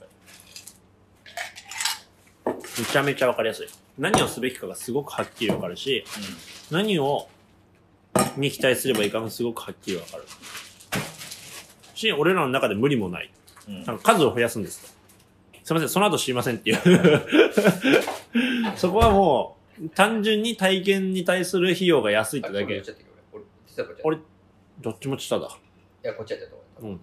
めちゃめちゃわかりやすい。何をすべきかがすごくはっきりわかるし、何に期待すればいいかもすごくはっきりわかる。し、俺らの中で無理もない。なんか数を増やすんですと。すいません、その後知りませんっていう。そこはもう、単純に体験に対する費用が安いってだけ。俺、どっちも下だ。 いや、こっちやったと思う。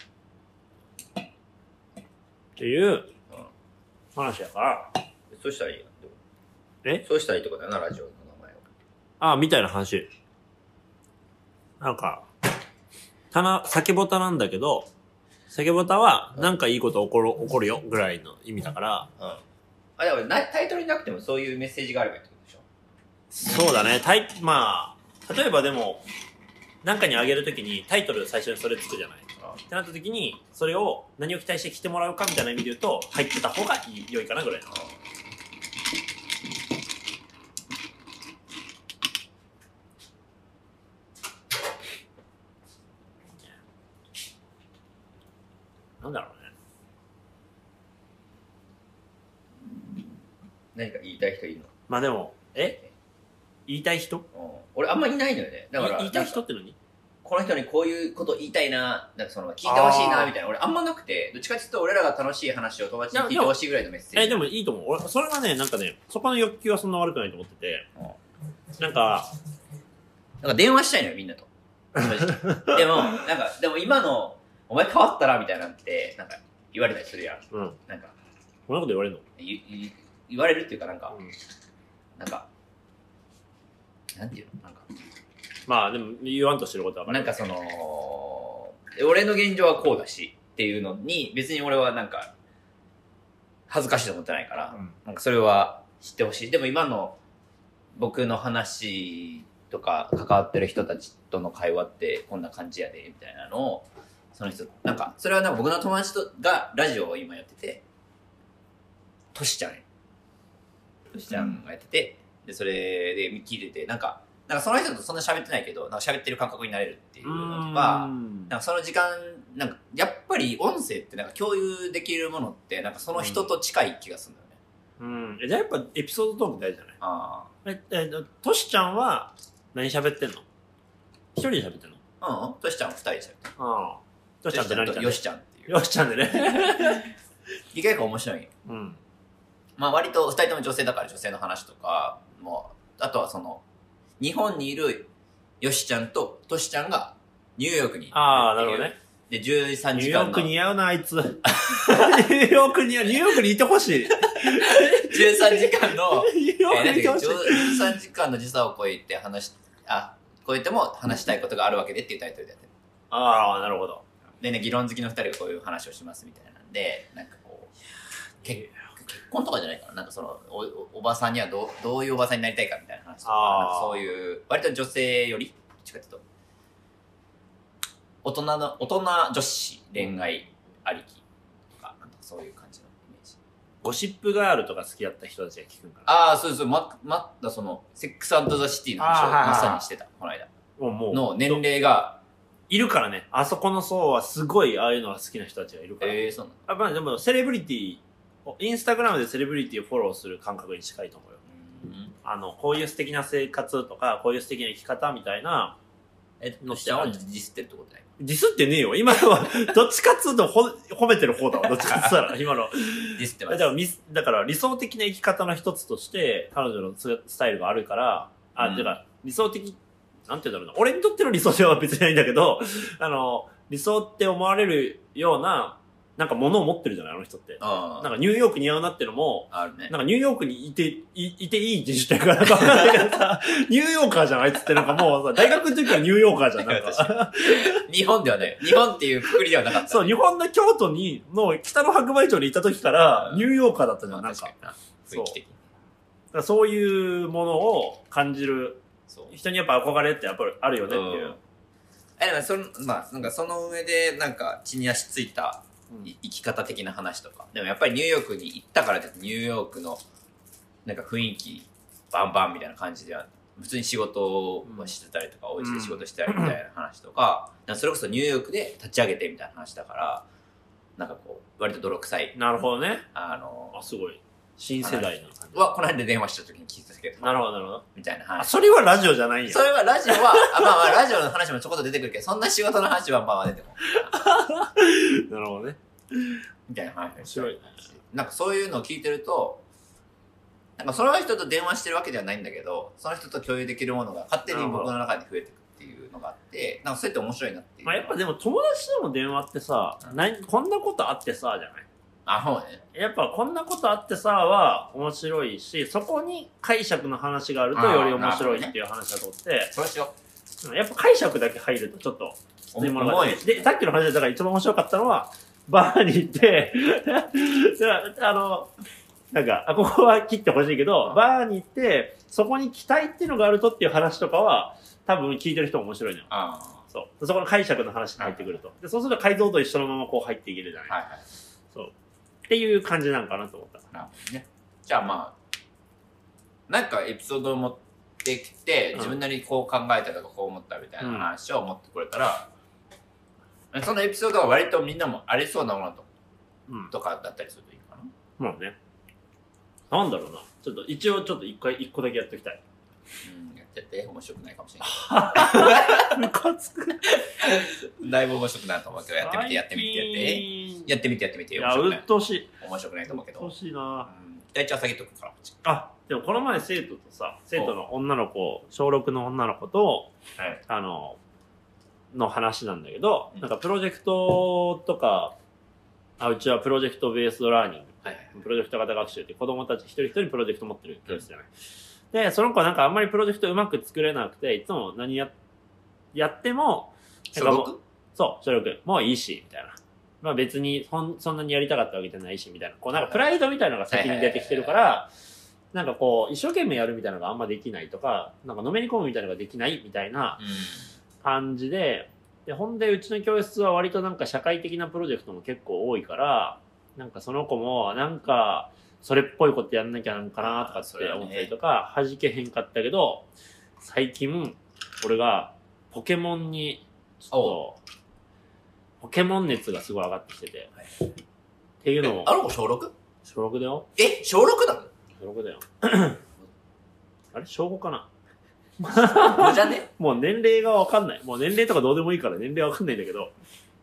っていう話やから。 そうしたらいいよ。 そうしたらいいってことだよな、ラジオの名前を。 ああ、みたいな話。なんか、酒ボタなんだけど、酒ボタは、なんかいいこと起こるよ、ぐらいの意味だから。 でもタイトルになくてもそういうメッセージがあればいいってことでしょ？ そうだね。まあ、例えばでも、なんかにあげるときにタイトル最初にそれつくじゃないってなったときに、それを何を期待して来てもらうかみたいな意味で言うと、入ってた方が良いかなぐらいの。なんだろうね。 何か言いたい人いるの？ まあでも、言いたい人？ 俺あんまいないのよね。だから言いたい人って何？ この人にこういうこと言いたいな、なんかその聞いてほしいなみたいな俺あんまなくて、どっちかっていうと俺らが楽しい話を友達に聞いてほしいぐらいのメッセージ。 でもいいと思う。俺それはね、なんかね、そこの欲求はそんな悪くないと思ってて、なんか電話したいのよみんなと。でも今のお前変わったらみたいなんてなんか言われたりするやん。 うん。 なんかこんなこと言われるの？ 言われるっていうかなんか、なんかなんていうのなんか。 まあでも言わんとしてることはなんかその俺の現状はこうだしっていうのに別に俺はなんか恥ずかしいと思ってないから、なんかそれは知ってほしい。でも今の僕の話とか関わってる人たちとの会話ってこんな感じやでみたいなのをその人なんかそれはなんか僕の友達がラジオを今やっててトシちゃんがやってて、でそれで聞いててなんかその人とそんな喋ってないけど、なんか喋ってる感覚になれるっていうのとか、なんかその時間、なんかやっぱり音声ってなんか共有できるものって、なんかその人と近い気がするんだよね。 じゃあやっぱエピソードトーク大事じゃない？ああ。トシちゃんは何喋ってんの？一人で喋ってんの？ トシちゃんは二人で喋ってる。 トシちゃんって何ちゃん？ ヨシちゃんっていう。 ヨシちゃんでね。 結構面白い。まあ割と二人とも女性だから女性の話とか、もう、あとはその、日本にいるヨシちゃんとトシちゃんがニューヨークに行ってなるほどね。 で、13時間の。 ニューヨーク似合うな、あいつ。ニューヨークにいてほしい。 13時間の、 ニューヨークにいてほしい。 13時間の時差を超えて超えても話したいことがあるわけでっていうタイトルでやってる。 なるほど。 でね、議論好きの二人がこういう話をしますみたいなんで、なんかこう、結婚とかじゃないかな。なんかその、おばさんにはどういうおばさんになりたいかみたいな話とか、そういう、割と女性より、どっちかというと、大人女子恋愛ありきとか、なんかそういう感じのイメージ。 ゴシップガールとか好きだった人たちが聞くんかな。 そうそう、その、セックス&ザ・シティの話をまさにしてた、この間。 もうの年齢が、 いるからね。あそこの層はすごいああいうのが好きな人たちがいるから。 そうなの？ まあでもセレブリティ、インスタグラムでセレブリティをフォローする感覚に近いと思うよ。こういう素敵な生活とか、こういう素敵な生き方みたいな。 のしちゃんはディスってるってことない？ ディスってねえよ。今のは、どっちかっつうと褒めてる方だわ。どっちかっつったら、今の。 ディスってます。 だから理想的な生き方の一つとして、彼女のスタイルがあるから、だから理想的、なんて言うんだろうな。俺にとっての理想では別にないんだけど、理想って思われるような、なんか物を持ってるじゃないあの人って。なんかニューヨーク似合うなってのも、 あるね。 なんかニューヨークにいていい人種っていうか、なんかわかんないけどさ、ニューヨーカーじゃんあいつってなんかもうさ、大学の時からニューヨーカーじゃん。なんか日本ではね、日本っていうくくりではなかった。 そう、日本の京都の北の白梅町に行った時から、ニューヨーカーだったじゃん、なんか。 雰囲気的に。そういうものを感じる、人にやっぱ憧れってやっぱりあるよねっていう。 でもなんかその上で、なんか血に足ついた、生き方的な話とか。でもやっぱりニューヨークに行ったからってニューヨークのなんか雰囲気バンバンみたいな感じでは普通に仕事をしてたりとか、お家で仕事してたりみたいな話とか、それこそニューヨークで立ち上げてみたいな話だから、なんかこう割と泥臭い。 なるほどね。すごい新世代の感じはこの辺で電話した時に聞いたけど。 なるほどなるほど。 みたいな話。 それはラジオじゃないんや。 それはラジオはまあラジオの話もちょこっと出てくるけど、そんな仕事の話はまあ出ても。 なるほどね。 みたいな話。 面白いね。 なんかそういうのを聞いてると、なんかその人と電話してるわけではないんだけど、その人と共有できるものが勝手に僕の中に増えていくっていうのがあって、なんかそうやって面白いなっていう。 まあやっぱでも友達との電話ってさ、こんなことあってさ、じゃない？ そうね。 やっぱこんなことあってさは面白いし、そこに解釈の話があるとより面白いっていう話だと思って、 そうしよう。やっぱ解釈だけ入るとちょっと、 重い。 で、さっきの話だから一番面白かったのは、バーに行って、なんか、ここは切ってほしいけど、バーに行って、 そこに期待っていうのがあるとっていう話とかは、多分聞いてる人も面白いのよ。そう。そこの解釈の話に入ってくると。で、そうすると解像度一緒のままこう入っていけるじゃない。そう。っていう感じなんかなと思った。 なるほどね。じゃあまあ、なんかエピソードを持ってきて、自分なりにこう考えたとかこう思ったみたいな話を持ってくれたら、そのエピソードが割とみんなもありそうなものとかだったりするといいかな。 まあね。なんだろうな。ちょっと一応ちょっと一個だけやっておきたい。 やってて面白くないかもしれない。 ムカつく。 だいぶ面白くないと思うけど、やってみて。やってみて。 いや、うっとうしい。 面白くないと思うけど。 うっとうしいな。 第一は下げとくから。 でもこの前生徒の女の子、小6の女の子と、の話なんだけど、なんかプロジェクトとか、うちはプロジェクトベースドラーニング。プロジェクト型学習って子供たち一人一人プロジェクト持ってる教室じゃない。で、その子はなんかあんまりプロジェクトうまく作れなくて、いつも何やっても、 小 6？ そう、小6。もういいし、みたいな。まあ別にそんなにやりたかったわけじゃないし、みたいな。こうなんかプライドみたいなのが先に出てきてるから、なんかこう、一生懸命やるみたいなのがあんまできないとか、なんかのめり込むみたいなのができないみたいな感じで、ほんでうちの教室は割となんか社会的なプロジェクトも結構多いから、なんかその子もなんかそれっぽいことやんなきゃなんかなとかって思ったりとか、弾けへんかったけど、最近俺がポケモンにちょっとポケモン熱がすごい上がってきてて、っていうのもあの子小 6？ 小6だよ。 小 6 なの？ 小6だよ。あれ小5かな。 じゃね？ もう年齢がわかんない。もう年齢とかどうでもいいから年齢わかんないんだけど、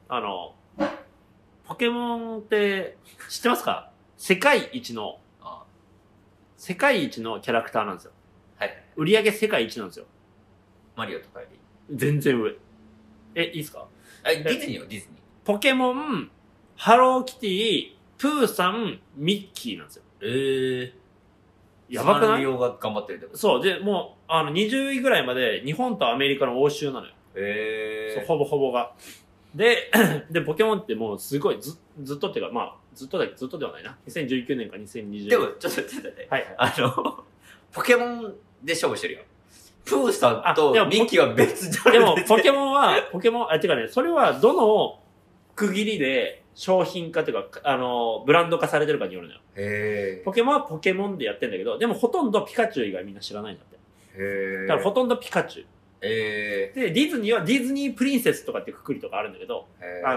ポケモンって知ってますか？世界一のキャラクターなんですよ。 はい。 売上世界一なんですよ。 マリオとかより。 全然上。いいですか？ ディズニーよ、ディズニー。 ポケモン、ハローキティ、プーさん、ミッキーなんですよ。やばくない？ サンリオが頑張ってるってこと？ そう。で、もう、20位ぐらいまで日本とアメリカの応酬なのよ。そう、ほぼほぼが。で、ポケモンってもうすごいずっとっていうか、まあ、ずっとではないな。2019年か2020年。 でも、ちょっと待って。はい。ポケモンで勝負してるよ。プーさんとミッキーは別じゃん。 でも、ポケモン、てかね、それはどの区切りで商品化というか、ブランド化されてるかによるのよ。ポケモンはポケモンでやってんだけど、でもほとんどピカチュウ以外みんな知らないんだって。だからほとんどピカチュウ。で、ディズニーはディズニープリンセスとかってくくりとかあるんだけど、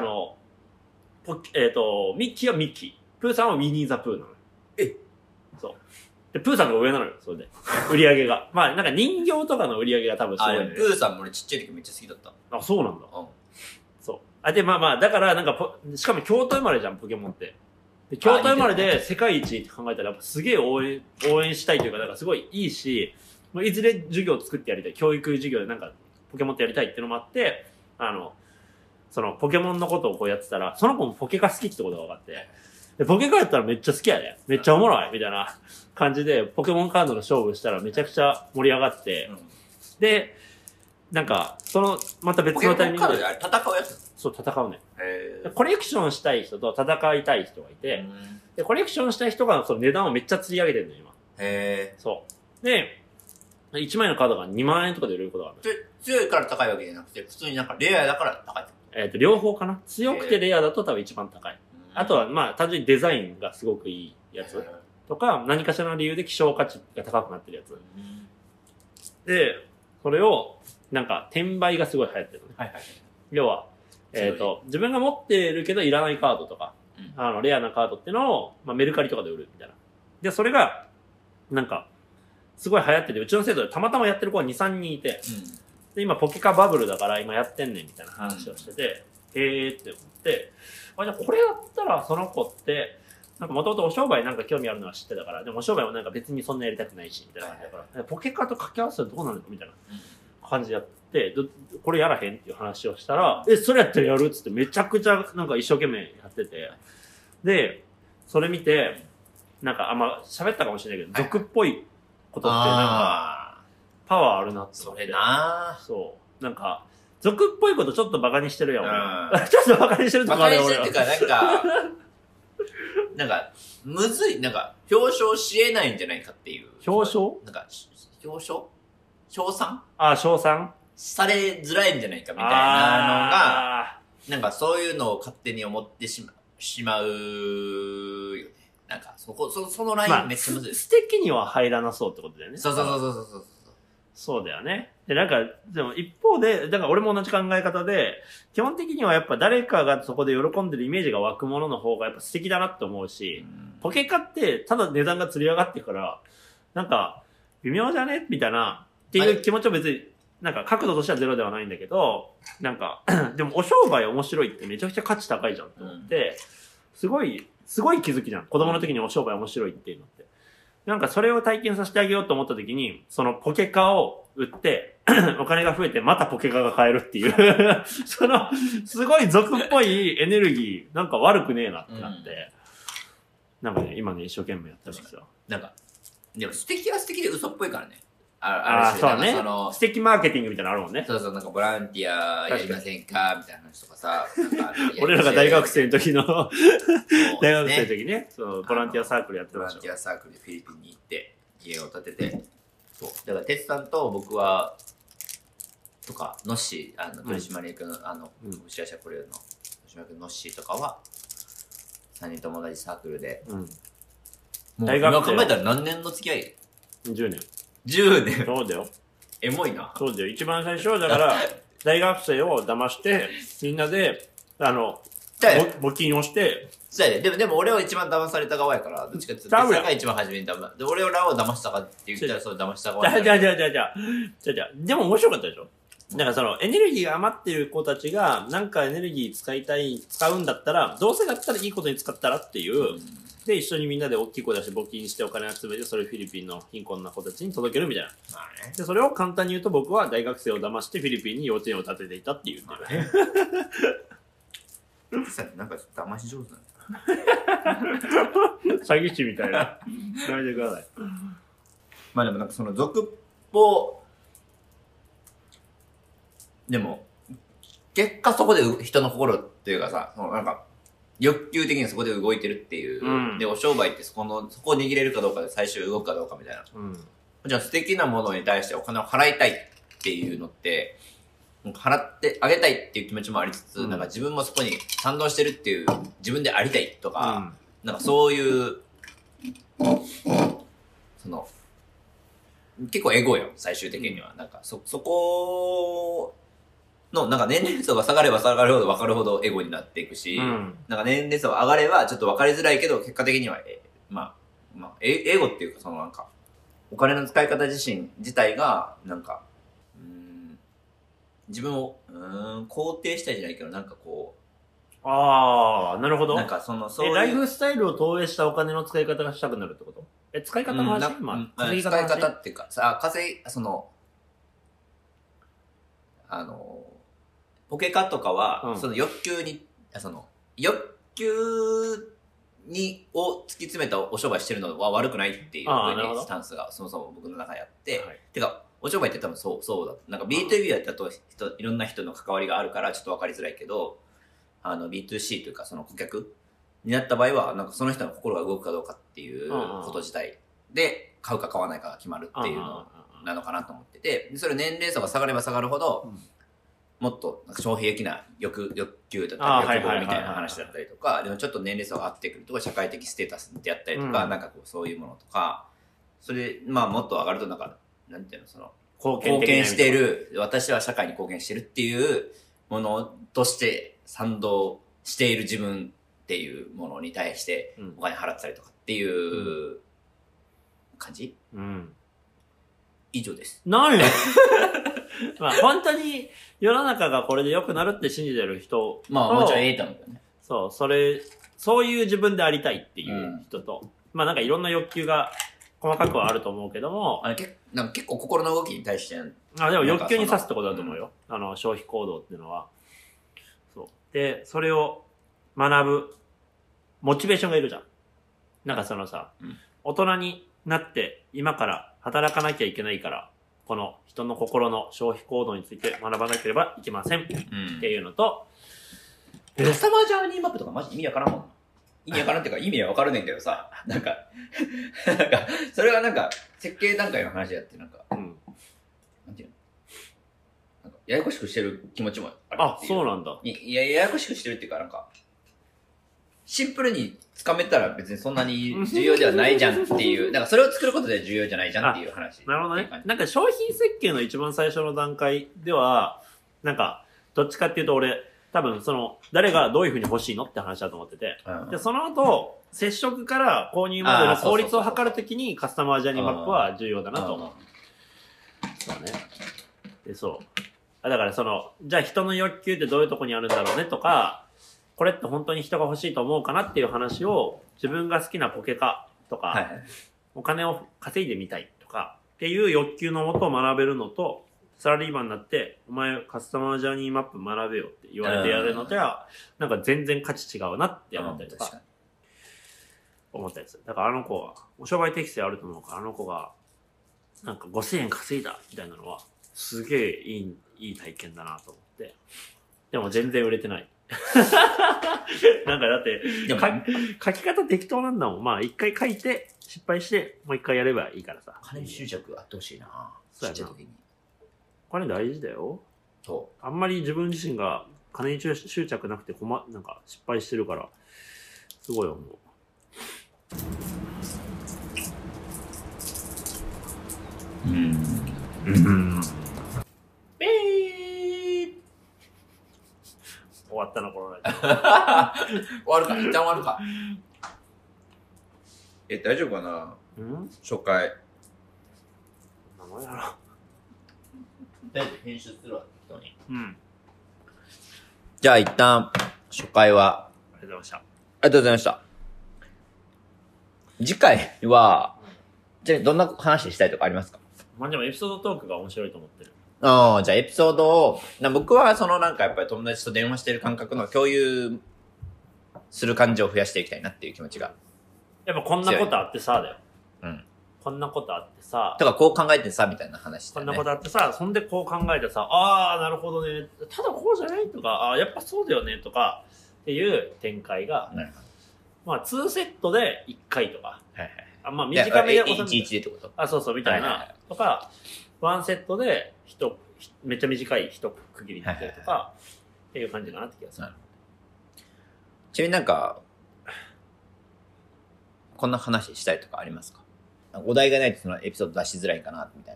ミッキーはミッキー。プーさんはウィニーザプーなのよ。そう。で、プーさんが上なのよ、それで。売り上げが。まあ、なんか人形とかの売り上げが多分そうね。 プーさんも俺ちっちゃい時めっちゃ好きだった。 あ、そうなんだ。そう。で、まあまあ、だからなんかしかも京都生まれじゃん、ポケモンって。で京都生まれで世界一って考えたら、やっぱすげえ応援したいというか、だからすごいいいし、いずれ授業を作ってやりたい。教育授業でなんか、ポケモンってやりたいっていうのもあって、そのポケモンのことをこうやってたら、その子もポケカ好きってことが分かって、でポケカやったらめっちゃ好きやで。めっちゃおもろいみたいな感じで、ポケモンカードの勝負したらめちゃくちゃ盛り上がって、で、なんか、また別のタイミングで。 戦うやつ？ そう、戦うね。コレクションしたい人と戦いたい人がいて、で、コレクションしたい人がその値段をめっちゃ釣り上げてるの、今。そう。で、1枚のカードが2万円とかで売れることがある。 強いから高いわけじゃなくて、普通になんかレアだから高い。 両方かな。強くてレアだと多分一番高い。あとはまあ単純にデザインがすごくいいやつとか、何かしらの理由で希少価値が高くなってるやつ。で、それをなんか転売がすごい流行ってるのね。要は、自分が持ってるけどいらないカードとか、レアなカードっていうのを、まあ、メルカリとかで売るみたいな。で、それが、なんか、すごい流行ってて、うちの生徒でたまたまやってる子が2、3人いて、で、今ポケカバブルだから今やってんねんみたいな話をしてて、って思って、じゃあこれやったらその子って、なんかもともとお商売なんか興味あるのは知ってたから、でもお商売はなんか別にそんなやりたくないし、みたいな感じだから、ポケカと掛け合わせたらどうなるのみたいな感じでやって、これやらへんっていう話をしたら、それやったらやるっつってめちゃくちゃなんか一生懸命やってて、で、それ見て、なんか喋ったかもしれないけど、俗っぽいことってなんか、パワーあるなって。 それなぁ。 そう。なんか、俗っぽいことちょっとバカにしてるやん。ちょっとバカにしてるとかあるよ、 バカにしてるっていうか、なんか、 なんか、むずい、なんか、表彰し得ないんじゃないかっていう。 表彰なんか、表彰称賛称賛されづらいんじゃないかみたいなのが、なんかそういうのを勝手に思ってしまうよね。なんか、そのラインめっちゃむずい。 素敵には入らなそうってことだよね。 そう。 そうだよね。で、なんか、でも一方で、だから俺も同じ考え方で、基本的にはやっぱ誰かがそこで喜んでるイメージが湧くものの方がやっぱ素敵だなって思うし、ポケカってただ値段が釣り上がってから、なんか、微妙じゃねみたいな、っていう気持ちは別に、なんか角度としてはゼロではないんだけど、なんか、でもお商売面白いってめちゃくちゃ価値高いじゃんって思って、すごい気づきじゃん。子供の時にお商売面白いっていうのって。なんかそれを体験させてあげようと思った時に、そのポケカを売って、お金が増えてまたポケカが買えるっていうその、すごい俗っぽいエネルギー、なんか悪くねえなってなって、なんかね、今ね、一生懸命やってるんですよ。 なんか、でも素敵は素敵で嘘っぽいからね。 そうね。素敵マーケティングみたいなのあるもんね。 そう、なんかボランティアやりませんかみたいな話とかさ。 俺らが大学生の時の、大学生の時ね、そう、ボランティアサークルやってました。 ボランティアサークルでフィリピンに行って、家を建てて、そう。だから、哲さんと僕は、とか、ノッシー、取締役の、株式会社コレオの取締役のノッシーとかは、3人とも同じサークルで、大学生。今考えたら何年の付き合い ?10 年。 10年。 そうだよ。 エモいな。 そうだよ。一番最初、だから、大学生を騙して、みんなで、募金をして、 そうやね。でも俺は一番騙された側やから、どっちかっていうと、哲さんが一番初めにで、俺らを騙したかって言ったら、そう騙した側や。 じゃあ。でも面白かったでしょ？だからその、エネルギーが余ってる子たちが、なんかエネルギー使うんだったら、どうせだったらいいことに使ったらっていう、で、一緒にみんなで大きい声出して募金してお金集めて、それをフィリピンの貧困な子たちに届けるみたいな。まあね。で、それを簡単に言うと僕は大学生を騙してフィリピンに幼稚園を建てていたっていう。まあね。 なんか騙し上手なんだ。詐欺師みたいな。やめてください。 まあでもなんかその俗っぽ、でも、結果そこで人の心っていうかさ、そのなんか、欲求的にそこで動いてるっていう。で、お商売ってそこを握れるかどうかで最終動くかどうかみたいな。じゃあ素敵なものに対してお金を払いたいっていうのって、払ってあげたいっていう気持ちもありつつ、なんか自分もそこに賛同してるっていう、自分でありたいとか、なんかそういう、その、結構エゴよ、最終的には。なんかそこの、なんか年齢層が下がれば下がるほど分かるほどエゴになっていくし、なんか年齢層が上がればちょっと分かりづらいけど、結果的には、エゴっていうか、そのなんか、お金の使い方自体が、なんか、自分を、肯定したいじゃないけど、なんかこう。 ああ、なるほど。 なんかそういう。 ライフスタイルを投影したお金の使い方がしたくなるってこと？使い方の話？ 使い方っていうか、ポケカとかは、その欲求に、欲求を突き詰めたお商売してるのは悪くないっていうスタンスがそもそも僕の中にあって、てか、お商売って多分そうだ。なんか B2B だといろんな人の関わりがあるからちょっとわかりづらいけど、B2C というかその顧客になった場合は、なんかその人の心が動くかどうかっていうこと自体で買うか買わないかが決まるっていうのなのかなと思ってて、それ年齢層が下がれば下がるほど、もっとなんか消費的な欲求だったり欲望みたいな話だったりとか、でもちょっと年齢層が合ってくるとか、社会的ステータスであったりとか、なんかこうそういうものとか、それまあもっと上がるとなんか、なんていうの、その、貢献している、私は社会に貢献してるっていうものとして賛同している自分っていうものに対してお金払ったりとかっていう感じ？以上です。 何まあ本当に世の中がこれで良くなるって信じてる人。 まあもちろんと思うけどね。 そう、そういう自分でありたいっていう人と、まあなんかいろんな欲求が細かくはあると思うけども。 なんか結構心の動きに対して。 でも欲求に指すってことだと思うよ。消費行動っていうのは。そう。で、それを学ぶモチベーションがいるじゃん。なんかそのさ、大人になって今から働かなきゃいけないから、この人の心の消費行動について学ばなければいけません。っていうのと、 カスタマージャーニーマップとかマジ意味わからんもん。 意味わからんっていうか、意味はわかるねんけどさ、なんか、それはなんか、設計段階の話やって、なんか、なんていうの、なんか、ややこしくしてる気持ちもあるっていう。 そうなんだ。 いや、ややこしくしてるっていうか、なんか、シンプルにつかめたら別にそんなに重要ではないじゃんっていう、なんかそれを作ることで重要じゃないじゃんっていう話。 なるほどね。なんか商品設計の一番最初の段階では、なんか、どっちかっていうと俺、多分誰がどういう風に欲しいのって話だと思ってて。で、その後、接触から購入までの効率を測るときにカスタマージャーニーマップは重要だなと思う。そうね。で、そう。だからじゃあ人の欲求ってどういうとこにあるんだろうねとか、これって本当に人が欲しいと思うかなっていう話を自分が好きなポケカとか、お金を稼いでみたいとかっていう欲求のもとを学べるのと、サラリーマンになって、お前カスタマージャーニーマップ学べよって言われてやるのでは、なんか全然価値違うなって思ったりとか、思ったりする。だからあの子は、お商売適性あると思うから、あの子が、なんか5000円稼いだみたいなのは、すげえいい体験だなと思って。でも全然売れてない。なんかだって、書き方適当なんだもん。まあ一回書いて、失敗して、もう一回やればいいからさ。 金に執着あってほしいな。 そうやな。お金大事だよ。 そう。 あんまり自分自身が金に執着なくてなんか失敗してるから、すごい思う。終わったな、このラジオ。 終わるか、一旦終わるか。大丈夫かな？初回。 名前だろ。 大丈夫、編集するわ、適当に。じゃあ一旦、初回は。 ありがとうございました。ありがとうございました。次回は、じゃあどんな話したいとかありますか？ まあでもエピソードトークが面白いと思ってる。 じゃあエピソードを、僕はなんかやっぱり友達と電話してる感覚の共有する感じを増やしていきたいなっていう気持ちが。 やっぱこんなことあってさ、だよ。こんなことあってさ。 とかこう考えてさ、みたいな話だよね。こんなことあってさ、そんでこう考えてさ、あー、なるほどね。ただこうじゃないとか、やっぱそうだよねとか、っていう展開が、まあ2セットで1回とか。まあ短めで 1、1でってこと？ そうみたいな。とか、1セットでめっちゃ短い一区切りだったりとか、っていう感じかなって気がする。 ちなみになんか、こんな話したいとかありますか？お題がないとそのエピソード出しづらいかな、みたい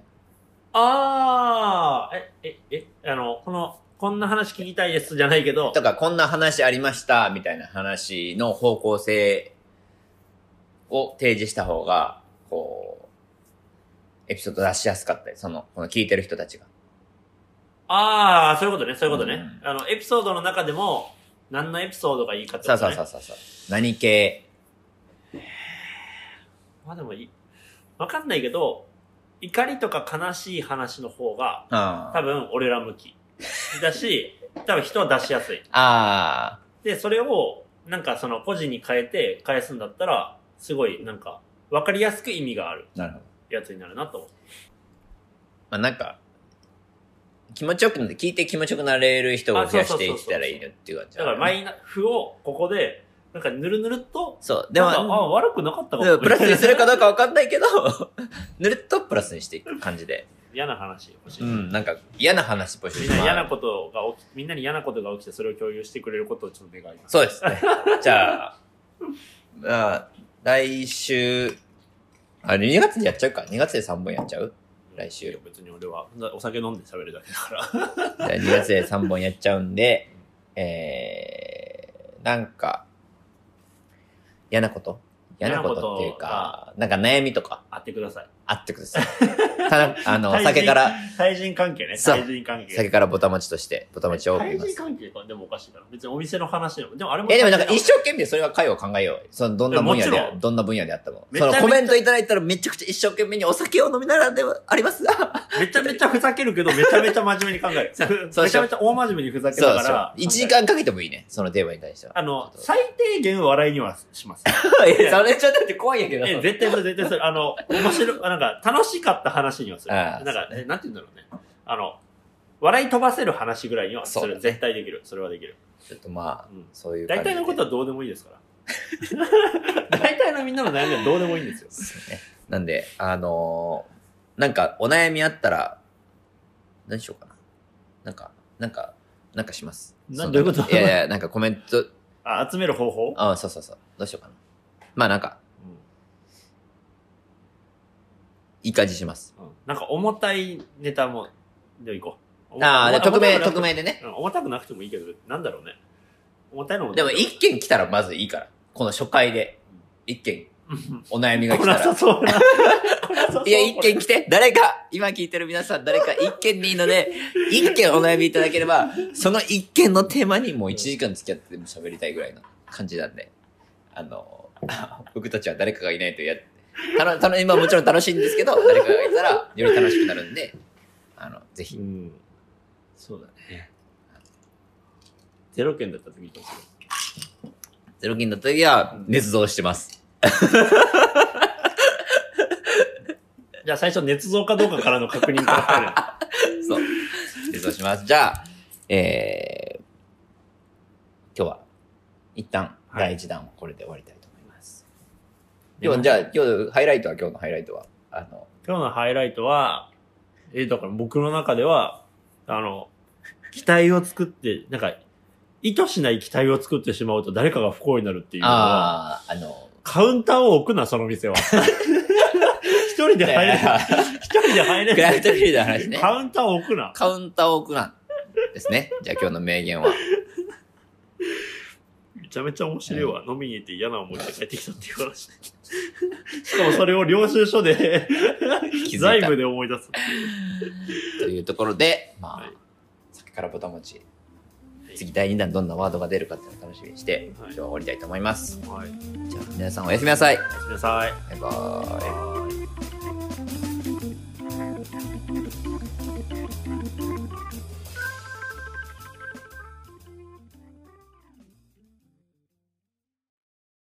な。 こんな話聞きたいですじゃないけど。 とか、こんな話ありました、みたいな話の方向性を提示した方が、エピソード出しやすかったり、この聞いてる人たちが。 そういうことね、そういうことね。エピソードの中でも、何のエピソードがいいかってことね。 そう。何系？ まあでもわかんないけど、怒りとか悲しい話の方が、多分俺ら向き。だし、多分人は出しやすい。で、それを、なんか個人に変えて返すんだったら、すごい、なんか、わかりやすく意味がある。やつになるなと思う。 なんか、気持ちよく聞いて気持ちよくなれる人を増やしていったらいいよっていう感じ。 だからマイナスをここで、なんかぬるぬるっと、 でも、 悪くなかったかも。 プラスにするかどうかわかんないけど、ぬるっとプラスにしていく感じで。 嫌な話欲しい。 なんか嫌な話欲しい。 みんなに嫌なことが起きてそれを共有してくれることをちょっと願います。 そうですね。じゃあ、来週、2月にやっちゃうか。2月で3本やっちゃう？来週。 別に俺はお酒飲んで喋るだけだから。 じゃあ2月で3本やっちゃうんで、なんか、嫌なことっていうか、なんか悩みとか。 あってください。 ただ、酒から。 対人関係ね。対人関係。 酒からボタ待ちとして、ボタ待ちを送ります。 対人関係かでもおかしいから。別にお店の話でも。でもあれも。 でもなんか一生懸命それは会を考えよう。どんな分野であっても。コメントいただいたらめちゃくちゃ一生懸命にお酒を飲みながらではありますが。 めちゃめちゃふざけるけど、めちゃめちゃ真面目に考える。めちゃめちゃ大真面目にふざけながら。 1時間かけてもいいね。そのテーマに対しては。 最低限笑いにはします。 それちょっとだって怖いんやけど。 絶対それ。面白い、なんか楽しかった話にはする。なんか、なんて言うんだろうね。笑い飛ばせる話ぐらいにはする。絶対できる。それはできる。 ちょっとそういう感じで。大体のことはどうでもいいですから。 大体のみんなの悩みはどうでもいいんですよ。 ね、なんで、なんかお悩みあったら、何しようかな。なんかします。 どういうこと？ いや、なんかコメント。 集める方法？ そう。どうしようかな。まあなんか、いい感じします。 なんか重たいネタも、でいこう。 匿名でね。 重たくなくてもいいけど、なんだろうね。重たいのも。 でも一件来たらまずいいから。この初回で。一件。お悩みが来たら。いや、一件来て。今聞いてる皆さん、誰か一件でいいので、一件お悩みいただければ、その一件のテーマにもう1時間付き合って喋りたいぐらいの感じなんで。僕たちは誰かがいないと今もちろん楽しいんですけど、誰かがいたらより楽しくなるんで、ぜひ。 そうだね。0件だった時どうする ？0件だった時は、捏造してます。 じゃあ最初捏造かどうかからの確認から入る。 そう。捏造します。じゃあ、今日は、一旦、第1弾はこれで終わりたいと思います。今日のハイライトは今日のハイライトは今日のハイライトは、だから僕の中では、期待を作って、なんか、意図しない期待を作ってしまうと誰かが不幸になるっていうのは、カウンターを置くな、その店は。一人で入れない。 クラフトビールの話ね。 カウンターを置くな。 ですね。じゃあ今日の名言は。 めちゃめちゃ面白いわ。飲みに行って嫌な思いで帰ってきたっていう話。しかもそれを領収書で、財務で思い出す。 というところで、酒からぼたもち。次第2弾どんなワードが出るかっていうのを楽しみにして、今日は終わりたいと思います。じゃあ皆さんおやすみなさい。 おやすみなさい。 バイバーイ。